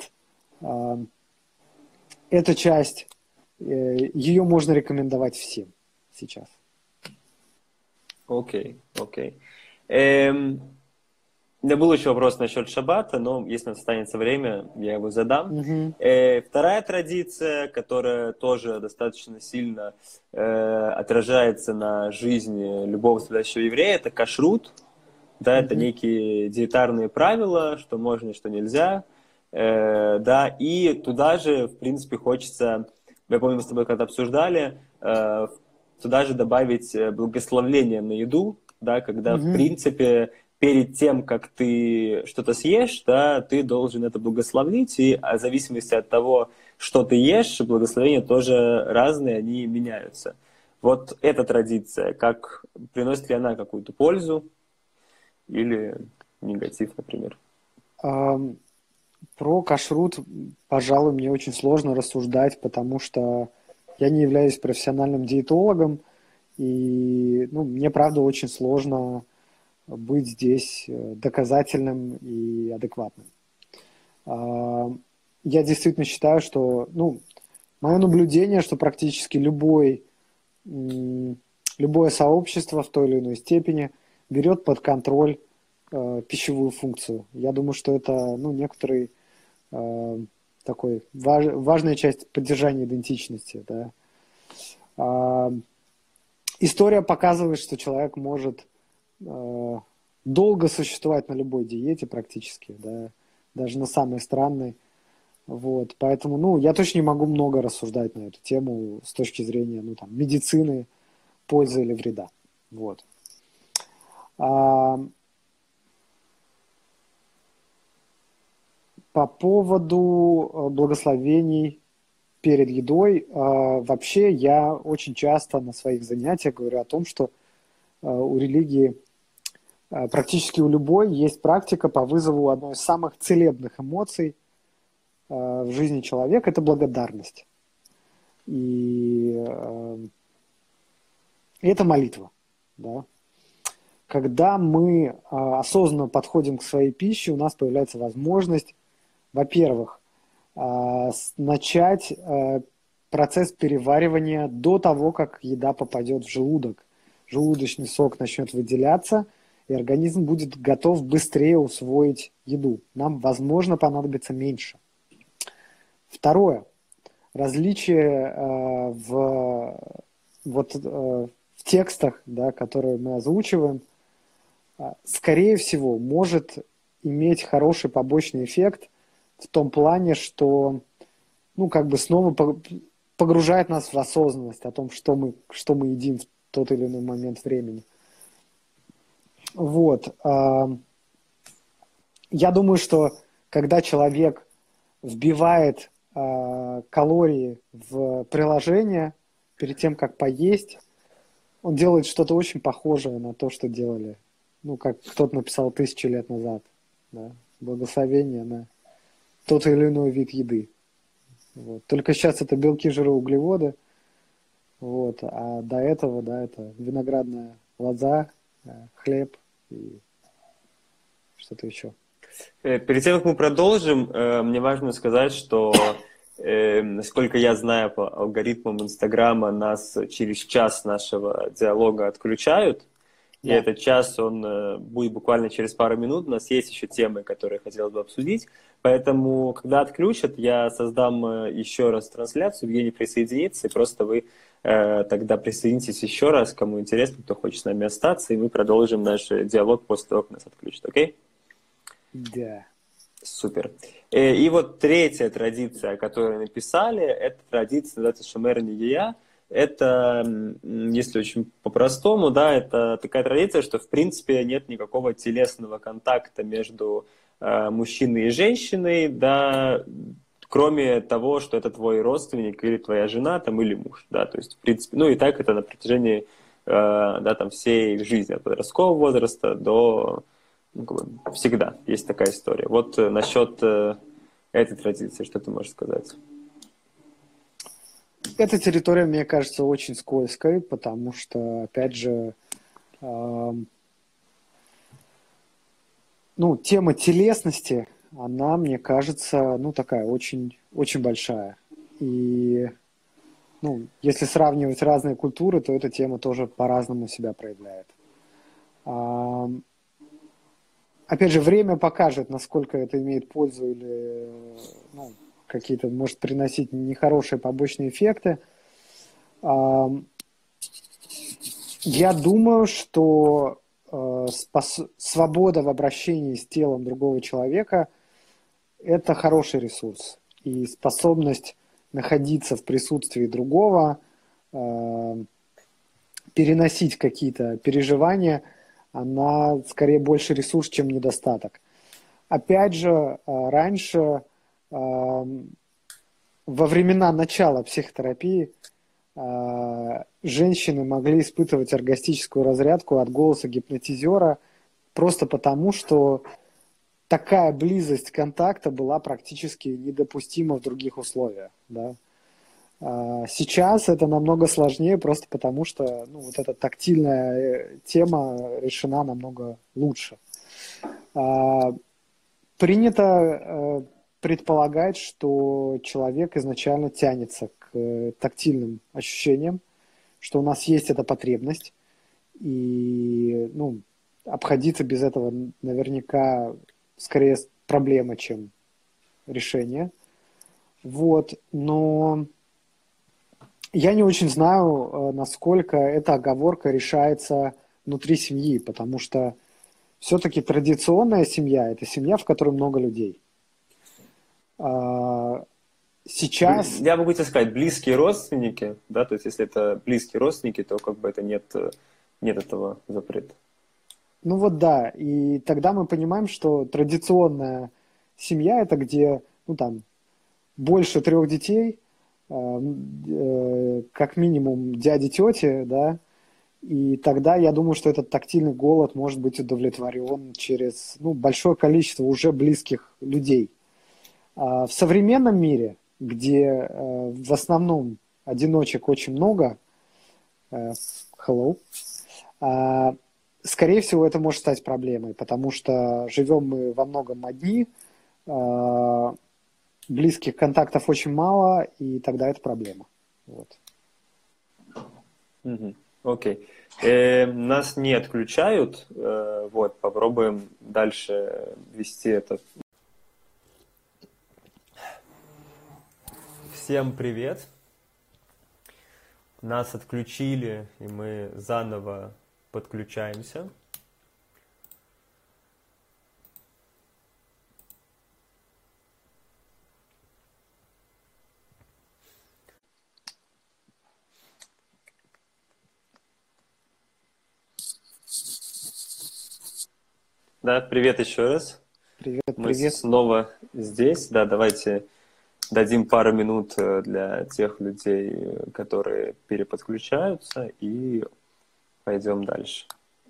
часть, ее можно рекомендовать всем сейчас. Окей. У меня был еще вопрос насчет шаббата, но если у нас останется время, я его задам. Угу. Вторая традиция, которая тоже достаточно сильно отражается на жизни любого страдающего еврея, это кашрут. Да, это некие диетарные правила, что можно и что нельзя. Да, и туда же, в принципе, хочется, я помню, мы с тобой когда обсуждали, туда же добавить благословление на еду, да, когда, в принципе, перед тем, как ты что-то съешь, да, ты должен это благословить, и в зависимости от того, что ты ешь, благословения тоже разные, они меняются. Вот эта традиция, как приносит ли она какую-то пользу или негатив, например? Про кашрут, пожалуй, мне очень сложно рассуждать, потому что я не являюсь профессиональным диетологом, и мне, правда, очень сложно быть здесь доказательным и адекватным. Я действительно считаю, что, мое наблюдение, что практически любое сообщество в той или иной степени берет под контроль пищевую функцию. Я думаю, что это, некоторый такой важная часть поддержания идентичности. Да. История показывает, что человек может долго существовать на любой диете практически, да, даже на самой странной. Вот, поэтому, я точно не могу много рассуждать на эту тему с точки зрения, медицины, пользы или вреда. Вот. По поводу благословений перед едой, вообще я очень часто на своих занятиях говорю о том, что у религии, практически у любой, есть практика по вызову одной из самых целебных эмоций в жизни человека – это благодарность. И это молитва. Да? Когда мы осознанно подходим к своей пище, у нас появляется возможность, во-первых, начать процесс переваривания до того, как еда попадет в желудок. Желудочный сок начнет выделяться, и организм будет готов быстрее усвоить еду. Нам, возможно, понадобится меньше. Второе. Различие в текстах, да, которые мы озвучиваем, скорее всего, может иметь хороший побочный эффект в том плане, что снова погружает нас в осознанность о том, что мы едим в тот или иной момент времени. Вот. Я думаю, что когда человек вбивает калории в приложение перед тем, как поесть, он делает что-то очень похожее на то, что делали, как кто-то написал 1000 лет назад. Да? Благословение на тот или иной вид еды. Вот. Только сейчас это белки, жиры, углеводы. Вот. А до этого, да, это виноградная лоза, хлеб и что-то еще. Перед тем, как мы продолжим, мне важно сказать, что, насколько я знаю по алгоритмам Инстаграма, нас через час нашего диалога отключают. И Да. этот час, он будет буквально через пару минут. У нас есть еще темы, которые хотелось бы обсудить. Поэтому, когда отключат, я создам еще раз трансляцию, Евгений присоединится, и просто вы тогда присоединитесь еще раз, кому интересно, кто хочет с нами остаться, и мы продолжим наш диалог после того, как нас отключат. Окей? Да. Супер. И вот третья традиция, которую написали, это традиция, называется Шомер Нигия. Это, если очень по-простому, да, это такая традиция, что в принципе нет никакого телесного контакта между мужчиной и женщиной, да, кроме того, что это твой родственник или твоя жена, там, или муж, да, то есть, в принципе, и так это на протяжении, да, там, всей жизни, от подросткового возраста до, всегда есть такая история. Вот насчет этой традиции, что ты можешь сказать? Эта территория, мне кажется, очень скользкой, потому что, опять же, тема телесности, она, мне кажется, такая очень, очень большая. И, если сравнивать разные культуры, то эта тема тоже по-разному себя проявляет. Опять же, время покажет, насколько это имеет пользу или какие-то, может приносить нехорошие побочные эффекты. Я думаю, что свобода в обращении с телом другого человека – это хороший ресурс. И способность находиться в присутствии другого, переносить какие-то переживания, она скорее больше ресурс, чем недостаток. Опять же, раньше, во времена начала психотерапии, женщины могли испытывать оргастическую разрядку от голоса гипнотизера просто потому, что такая близость контакта была практически недопустима в других условиях. Да? Сейчас это намного сложнее, просто потому что вот эта тактильная тема решена намного лучше. Принято предполагать, что человек изначально тянется к тактильным ощущениям, что у нас есть эта потребность, и обходиться без этого наверняка скорее проблема, чем решение. Вот, но я не очень знаю, насколько эта оговорка решается внутри семьи, потому что все-таки традиционная семья – это семья, в которой много людей. Сейчас… Я могу тебе сказать, близкие родственники, да, то есть если это близкие родственники, то как бы это нет этого запрета. Да, и тогда мы понимаем, что традиционная семья – это где, больше 3 детей, как минимум дяди, тети, да, и тогда я думаю, что этот тактильный голод может быть удовлетворен через большое количество уже близких людей. В современном мире, где в основном одиночек очень много. Hello. Скорее всего, это может стать проблемой, потому что живем мы во многом одни, близких контактов очень мало, и тогда это проблема. Вот. Окей. Нас не отключают. Вот, попробуем дальше вести это. Всем привет. Нас отключили, и мы заново подключаемся. Да, привет еще раз. Привет, Мы привет. снова здесь. Да, давайте дадим пару минут для тех людей, которые переподключаются, и пойдем дальше.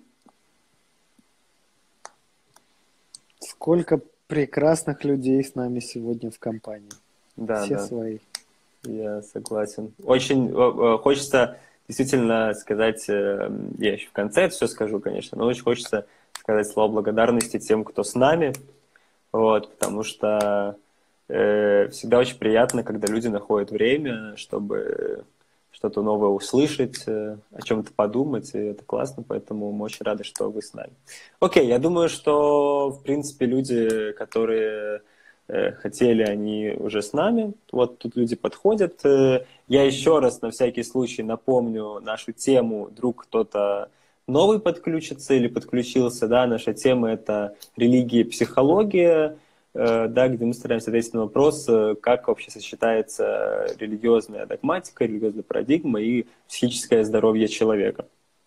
Сколько прекрасных людей с нами сегодня в компании. Да, Все да. свои. Я согласен. Очень хочется действительно сказать, я еще в конце это все скажу, конечно, но очень хочется сказать слова благодарности тем, кто с нами, вот, потому что всегда очень приятно, когда люди находят время, чтобы что-то новое услышать, о чем-то подумать, и это классно, поэтому мы очень рады, что вы с нами. Окей, я думаю, что, в принципе, люди, которые хотели, они уже с нами. Вот тут люди подходят. Я еще раз на всякий случай напомню нашу тему. Вдруг кто-то новый подключится или подключился. Да? Наша тема – это религия и психология, да, где мы стараемся ответить на вопрос, как вообще сочетается религиозная догматика, религиозная парадигма и психическое здоровье человека.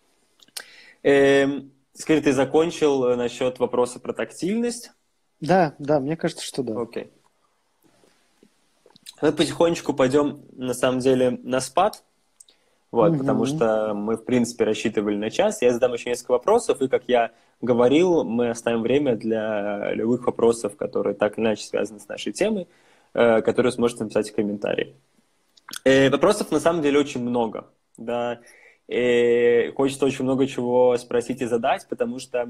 Скажи, ты закончил насчет вопроса про тактильность? Да, мне кажется, что да. Окей. Мы потихонечку пойдем, на самом деле, на спад, вот, потому что мы, в принципе, рассчитывали на час. Я задам еще несколько вопросов, и, как я говорил, мы оставим время для любых вопросов, которые так или иначе связаны с нашей темой, которые сможете написать в комментарии. Вопросов, на самом деле, очень много, да, и хочется очень много чего спросить и задать, потому что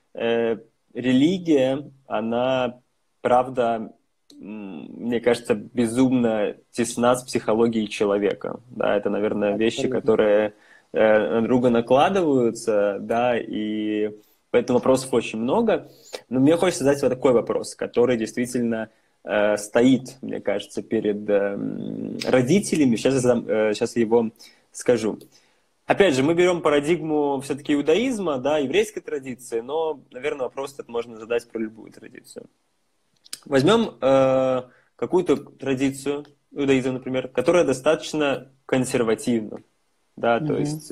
религия, она, правда, мне кажется, безумно тесна с психологией человека. Да, это, наверное, вещи, которые на друга накладываются, да, и поэтому вопросов очень много. Но мне хочется задать вот такой вопрос, который действительно стоит, мне кажется, перед родителями. Сейчас я его скажу. Опять же, мы берем парадигму все-таки иудаизма, да, еврейской традиции, но, наверное, вопрос этот можно задать про любую традицию. Возьмем какую-то традицию, иудаизм, например, которая достаточно консервативна, да, то есть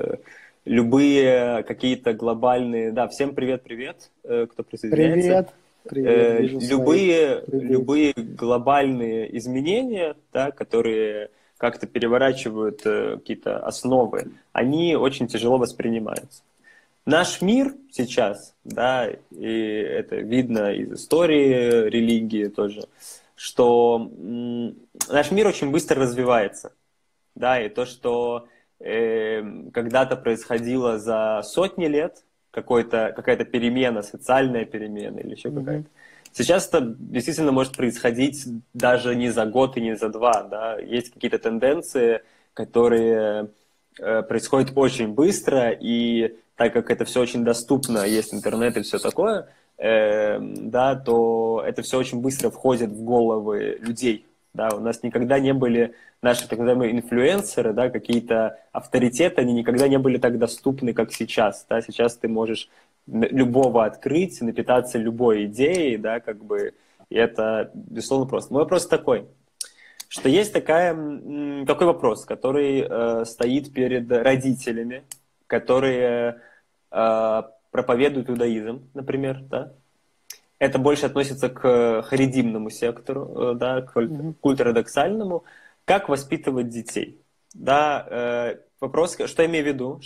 любые какие-то глобальные, да, всем привет-привет, кто присоединяется. Привет, любые глобальные изменения, да, которые как-то переворачивают какие-то основы, они очень тяжело воспринимаются. Наш мир сейчас, да, и это видно из истории религии тоже, что наш мир очень быстро развивается, да, и то, что когда-то происходило за сотни лет, какая-то перемена, социальная перемена или еще какая-то. Сейчас это действительно может происходить даже не за год и не за два, да, есть какие-то тенденции, которые происходят очень быстро, и так как это все очень доступно, есть интернет и все такое, да, то это все очень быстро входит в головы людей. Да, у нас никогда не были наши так называемые инфлюенсеры, да, какие-то авторитеты, они никогда не были так доступны, как сейчас. Да. Сейчас ты можешь любого открыть, напитаться любой идеей, да, как бы, и это, безусловно, просто. Мой вопрос такой, что есть такой вопрос, который стоит перед родителями, которые проповедуют иудаизм, например, да. Это больше относится к харидимному сектору, да, к ультраортодоксальному. Как воспитывать детей? Да, вопрос, что я имею в виду?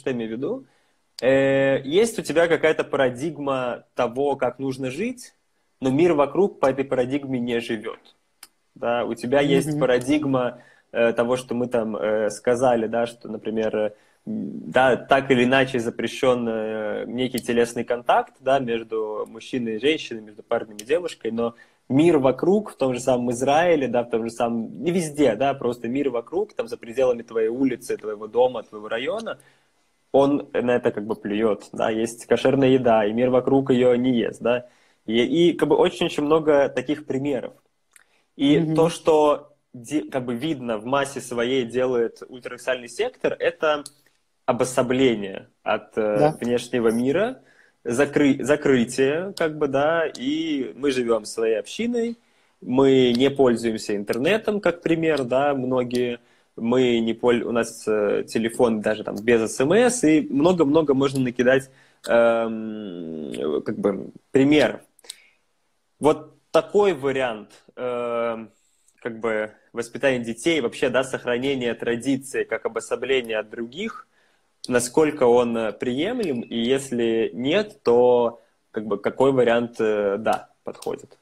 Есть у тебя какая-то парадигма того, как нужно жить, но мир вокруг по этой парадигме не живет. Да, у тебя есть парадигма того, что мы там сказали, да, что, например, да, так или иначе запрещен некий телесный контакт, да, между мужчиной и женщиной, между парнем и девушкой, но мир вокруг, в том же самом Израиле, да, в том же самом, не везде, да, просто мир вокруг, там за пределами твоей улицы, твоего дома, твоего района, он на это как бы плюет, да, есть кошерная еда, и мир вокруг ее не ест, да, и как бы очень-очень много таких примеров. И то, Мгм. что как бы видно в массе своей делает ультраординарный сектор, это обособление от Да. внешнего мира, закрытие, как бы, да, и мы живем своей общиной, мы не пользуемся интернетом, как пример, да, многие, мы не у нас телефон даже там без СМС, и много-много можно накидать как бы примеров. Вот такой вариант как бы воспитания детей, вообще, да, сохранения традиции как обособления от других, насколько он приемлем, и если нет, то как бы какой вариант, да, подходит?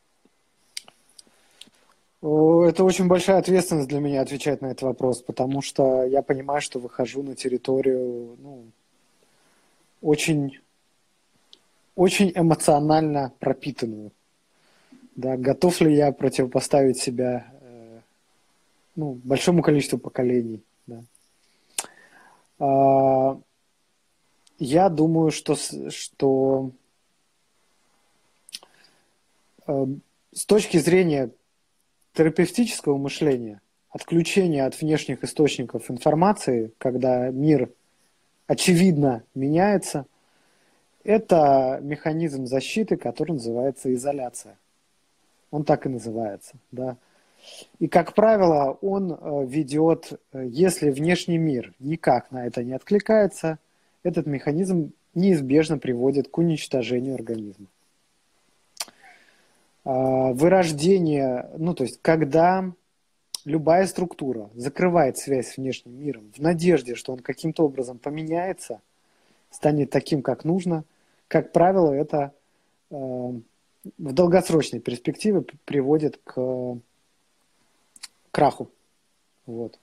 Это очень большая ответственность для меня отвечать на этот вопрос, потому что я понимаю, что выхожу на территорию, ну, очень, очень эмоционально пропитанную. Да, готов ли я противопоставить себя ну, большому количеству поколений? Да. А, я думаю, что с точки зрения терапевтического мышления, отключения от внешних источников информации, когда мир очевидно меняется, это механизм защиты, который называется изоляция. Он так и называется. Да. И, как правило, он ведет, если внешний мир никак на это не откликается, этот механизм неизбежно приводит к уничтожению организма. Вырождение, ну то есть когда любая структура закрывает связь с внешним миром в надежде, что он каким-то образом поменяется, станет таким, как нужно, как правило, это в долгосрочной перспективе приводит к краху. Вот.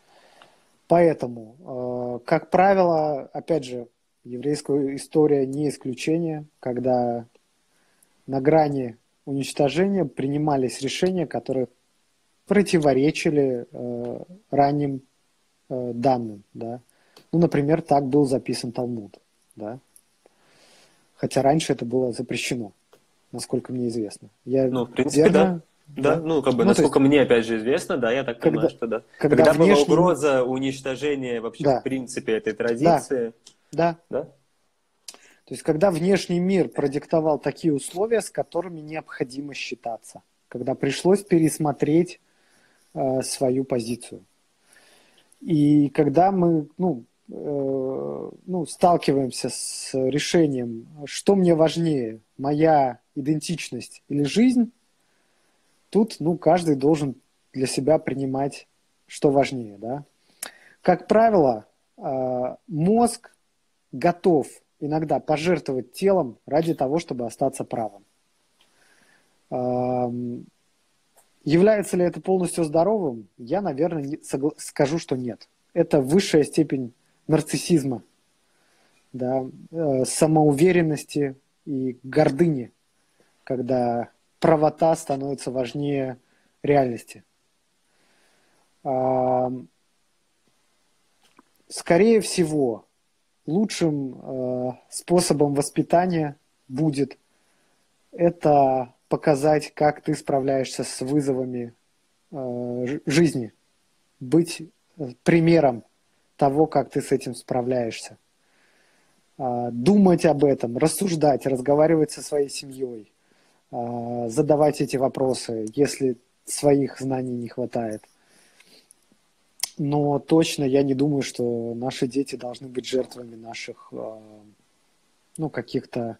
Поэтому, как правило, опять же, еврейская история не исключение, когда на грани уничтожения принимались решения, которые противоречили ранним данным. Да? Ну, например, так был записан Талмуд. Да? Хотя раньше это было запрещено, насколько мне известно. Я Ну, в принципе, да. верно? Да, Да? ну, как бы, Ну, то есть, насколько мне, опять же, известно, да, я так понимаю, когда, что да. когда Когда была внешний... угроза уничтожения вообще, в Да, принципе, этой да, традиции, да. да? То есть, когда внешний мир продиктовал такие условия, с которыми необходимо считаться, когда пришлось пересмотреть свою позицию. И когда мы сталкиваемся с решением, что мне важнее, моя идентичность или жизнь, тут каждый должен для себя принимать, что важнее. Да? Как правило, мозг готов иногда пожертвовать телом ради того, чтобы остаться правым. Является ли это полностью здоровым? Я, наверное, скажу, что нет. Это высшая степень нарциссизма, да, самоуверенности и гордыни, когда правота становится важнее реальности. Скорее всего, лучшим способом воспитания будет это показать, как ты справляешься с вызовами жизни, быть примером того, как ты с этим справляешься. Думать об этом, рассуждать, разговаривать со своей семьей, задавать эти вопросы, если своих знаний не хватает. Но точно я не думаю, что наши дети должны быть жертвами наших каких-то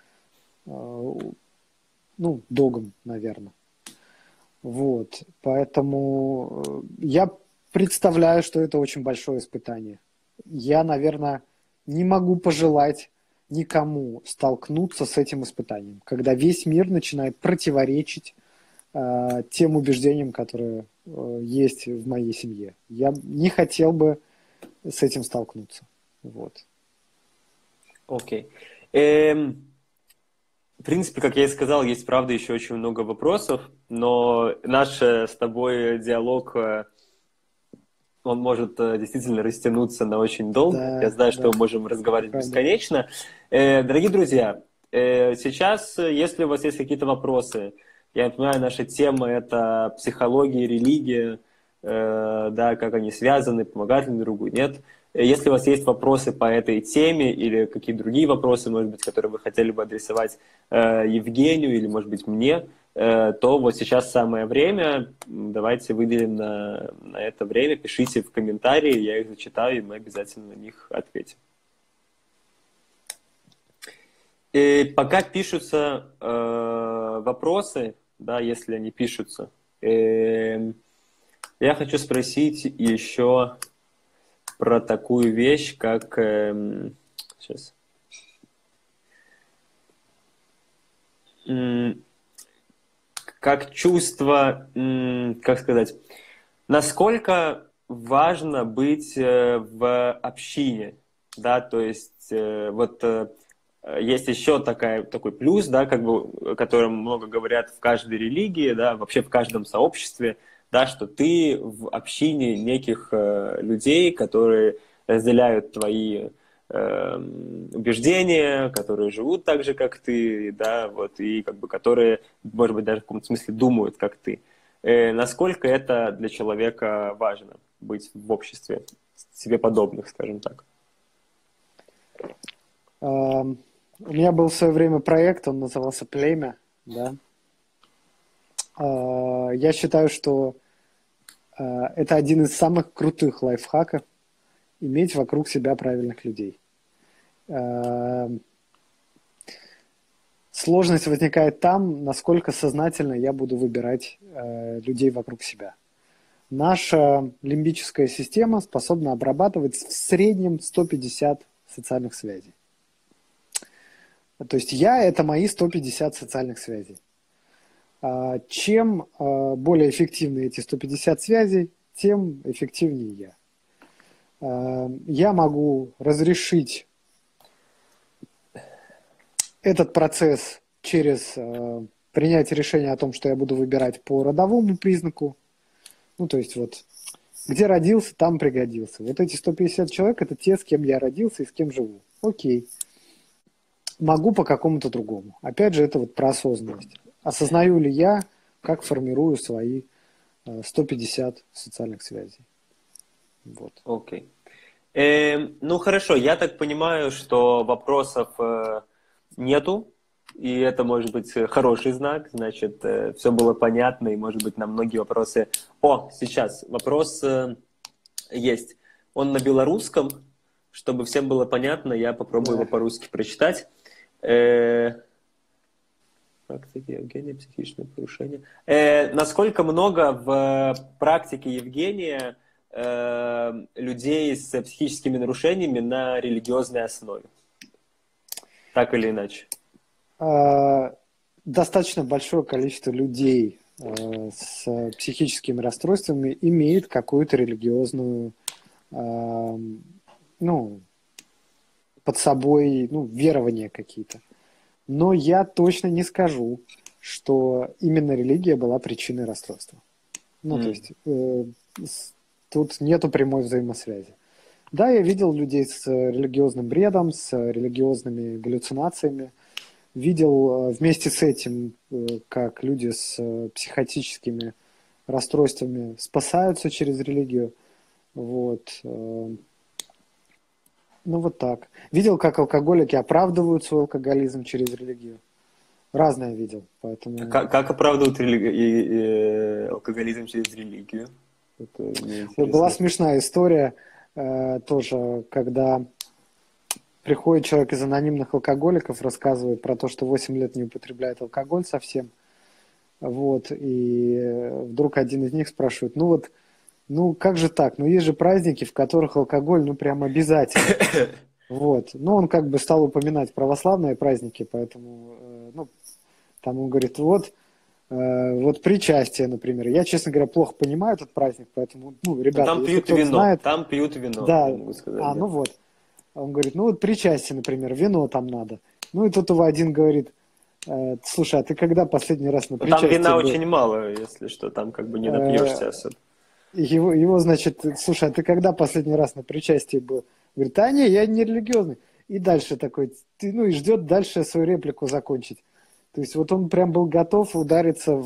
догм, наверное. Вот. Поэтому я представляю, что это очень большое испытание. Я, наверное, не могу пожелать никому столкнуться с этим испытанием, когда весь мир начинает противоречить тем убеждениям, которые есть в моей семье. Я не хотел бы с этим столкнуться. Вот. Окей. В принципе, как я и сказал, есть, правда, еще очень много вопросов, но наш с тобой диалог, он может действительно растянуться на очень долго. Да, Я знаю, что да, мы можем разговаривать правда. бесконечно. Дорогие друзья, сейчас, если у вас есть какие-то вопросы, я понимаю, наша тема – это психология, религия, да, как они связаны, помогают ли друг другу, нет. Если у вас есть вопросы по этой теме или какие-то другие вопросы, может быть, которые вы хотели бы адресовать Евгению или, может быть, мне, то вот сейчас самое время. Давайте выделим на это время. Пишите в комментарии, я их зачитаю, и мы обязательно на них ответим. И пока пишутся вопросы, да, если они пишутся, я хочу спросить еще про такую вещь, как... сейчас. Как чувство, как сказать, насколько важно быть в общине, да, то есть вот есть еще такой плюс, да, как бы, о котором много говорят в каждой религии, да, вообще в каждом сообществе, да, что ты в общине неких людей, которые разделяют твои убеждения, которые живут так же, как ты, да, вот, и как бы которые, может быть, даже в каком-то смысле думают, как ты. Насколько это для человека важно, быть в обществе себе подобных, скажем так? У меня был в свое время проект, он назывался «Племя», да. Я считаю, что это один из самых крутых лайфхаков иметь вокруг себя правильных людей. Сложность возникает там, насколько сознательно я буду выбирать людей вокруг себя. Наша лимбическая система способна обрабатывать в среднем 150 социальных связей. То есть я – это мои 150 социальных связей. Чем более эффективны эти 150 связей, тем эффективнее я. Я могу разрешить этот процесс через принятие решения о том, что я буду выбирать по родовому признаку. Ну, то есть вот где родился, там пригодился. Вот эти 150 человек – это те, с кем я родился и с кем живу. Окей. Могу по какому-то другому. Опять же, это вот про осознанность. Осознаю ли я, как формирую свои 150 социальных связей. Вот. Окей. Ну, хорошо, я так понимаю, что вопросов нету, и это может быть хороший знак, значит, все было понятно, и, может быть, на многие вопросы... О, сейчас вопрос есть. Он на белорусском, чтобы всем было понятно, я попробую его по-русски прочитать. Практики Евгения, психичные нарушения. Насколько много в практике Евгения людей с психическими нарушениями на религиозной основе? Так или иначе? Достаточно большое количество людей с психическими расстройствами имеет какую-то религиозную, ну, под собой, ну, верования какие-то. Но я точно не скажу, что именно религия была причиной расстройства. Ну, то есть тут нету прямой взаимосвязи. Да, я видел людей с религиозным бредом, с религиозными галлюцинациями. Видел вместе с этим, как люди с психотическими расстройствами спасаются через религию. Вот. Ну, вот так. Видел, как алкоголики оправдывают свой алкоголизм через религию. Разное видел. Поэтому... Как оправдывают алкоголизм через религию? Была смешная история тоже, когда приходит человек из анонимных алкоголиков, рассказывает про то, что 8 лет не употребляет алкоголь совсем. Вот, и вдруг один из них спрашивает, ну вот, ну как же так? Ну есть же праздники, в которых алкоголь, ну прям обязательно. Вот, ну он как бы стал упоминать православные праздники, поэтому, ну, там он говорит, вот, Вот причастие, например. Я, честно говоря, плохо понимаю этот праздник, поэтому, ну, ребята, Там если пьют кто-то вино, знает... там пьют вино, Да, я могу сказать, да. ну вот. Он говорит, ну вот причастие, например, вино там надо. Ну и тут его один говорит, слушай, а ты когда последний раз на Но там причастии вина был? очень мало, если что, там как бы не Э, напьешься особо. значит, слушай, а ты когда последний раз на причастии был? Говорит, а не, я не религиозный. И дальше такой, ну и ждет дальше свою реплику закончить. То есть вот он прям был готов удариться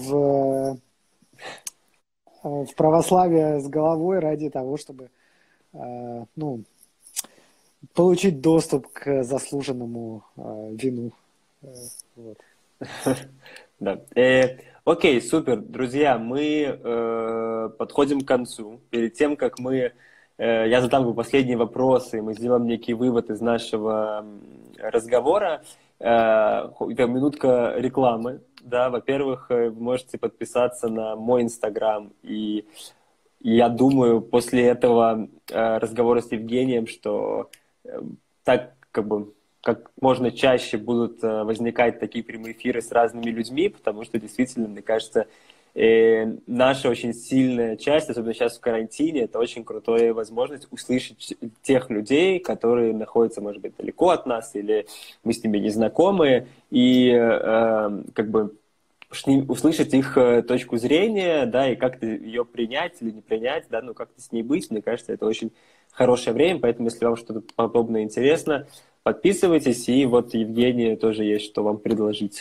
в православие с головой ради того, чтобы ну, получить доступ к заслуженному вину. Вот. Да. Окей, супер, друзья, мы подходим к концу. Перед тем, как я задам последние вопросы, мы сделаем некий вывод из нашего разговора. Минутка рекламы. Да, во-первых, вы можете подписаться на мой Инстаграм, и я думаю, после этого разговора с Евгением, что так как можно чаще будут возникать такие прямые эфиры с разными людьми, потому что действительно, мне кажется, наша очень сильная часть, особенно сейчас в карантине, это очень крутая возможность услышать тех людей, которые находятся, может быть, далеко от нас, или мы с ними не знакомы, и услышать их точку зрения, да, и как-то ее принять или не принять, да, ну, как-то с ней быть, мне кажется, это очень хорошее время, поэтому, если вам что-то подобное интересно, подписывайтесь, и вот Евгении тоже есть что вам предложить.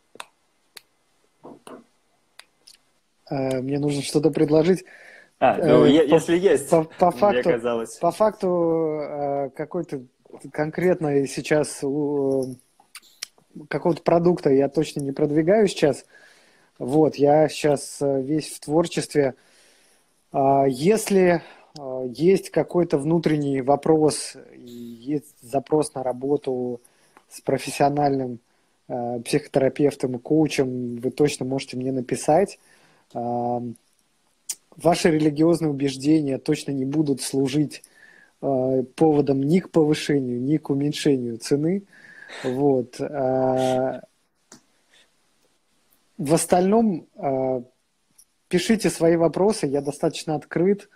Мне нужно что-то предложить. Если есть, по мне факту, казалось. По факту какой-то конкретно сейчас какого-то продукта я точно не продвигаю сейчас. Вот, я сейчас весь в творчестве. Если есть какой-то внутренний вопрос, и есть запрос на работу с профессиональным психотерапевтом и коучем, вы точно можете мне написать. Ваши религиозные убеждения точно не будут служить поводом ни к повышению, ни к уменьшению цены. Вот. В остальном пишите свои вопросы, я достаточно открыт.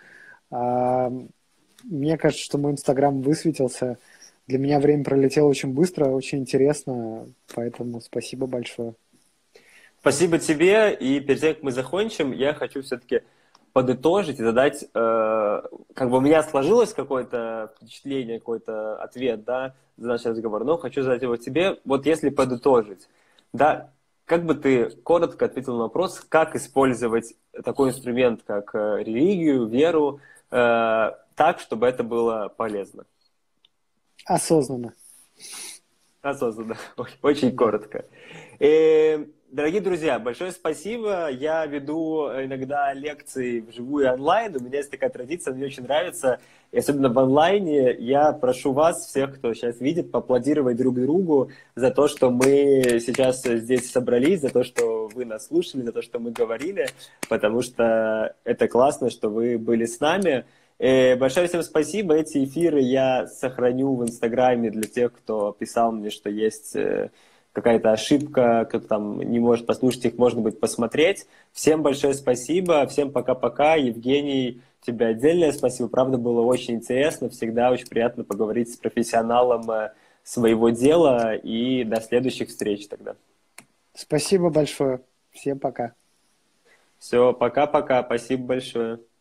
Мне кажется, что мой Инстаграм высветился. Для меня время пролетело очень быстро, очень интересно, поэтому спасибо большое. Спасибо тебе, и перед тем, как мы закончим, я хочу все-таки подытожить и задать, как бы у меня сложилось какое-то впечатление, какой-то ответ, да, за наш разговор, но хочу задать его тебе. Вот если подытожить, да, как бы ты коротко ответил на вопрос, как использовать такой инструмент, как религию, веру, так, чтобы это было полезно? Осознанно. Осознанно. Очень коротко. Дорогие друзья, большое спасибо. Я веду иногда лекции вживую и онлайн. У меня есть такая традиция, мне очень нравится. И особенно в онлайне я прошу вас, всех, кто сейчас видит, поаплодировать друг другу за то, что мы сейчас здесь собрались, за то, что вы нас слушали, за то, что мы говорили, потому что это классно, что вы были с нами. Большое всем спасибо. Эти эфиры я сохраню в Инстаграме для тех, кто писал мне, что есть какая-то ошибка, кто там не может послушать их, можно будет посмотреть. Всем большое спасибо, всем пока-пока. Евгений, тебе отдельное спасибо. Правда, было очень интересно, всегда очень приятно поговорить с профессионалом своего дела. И до следующих встреч тогда. Спасибо большое. Всем пока. Все, пока-пока. Спасибо большое.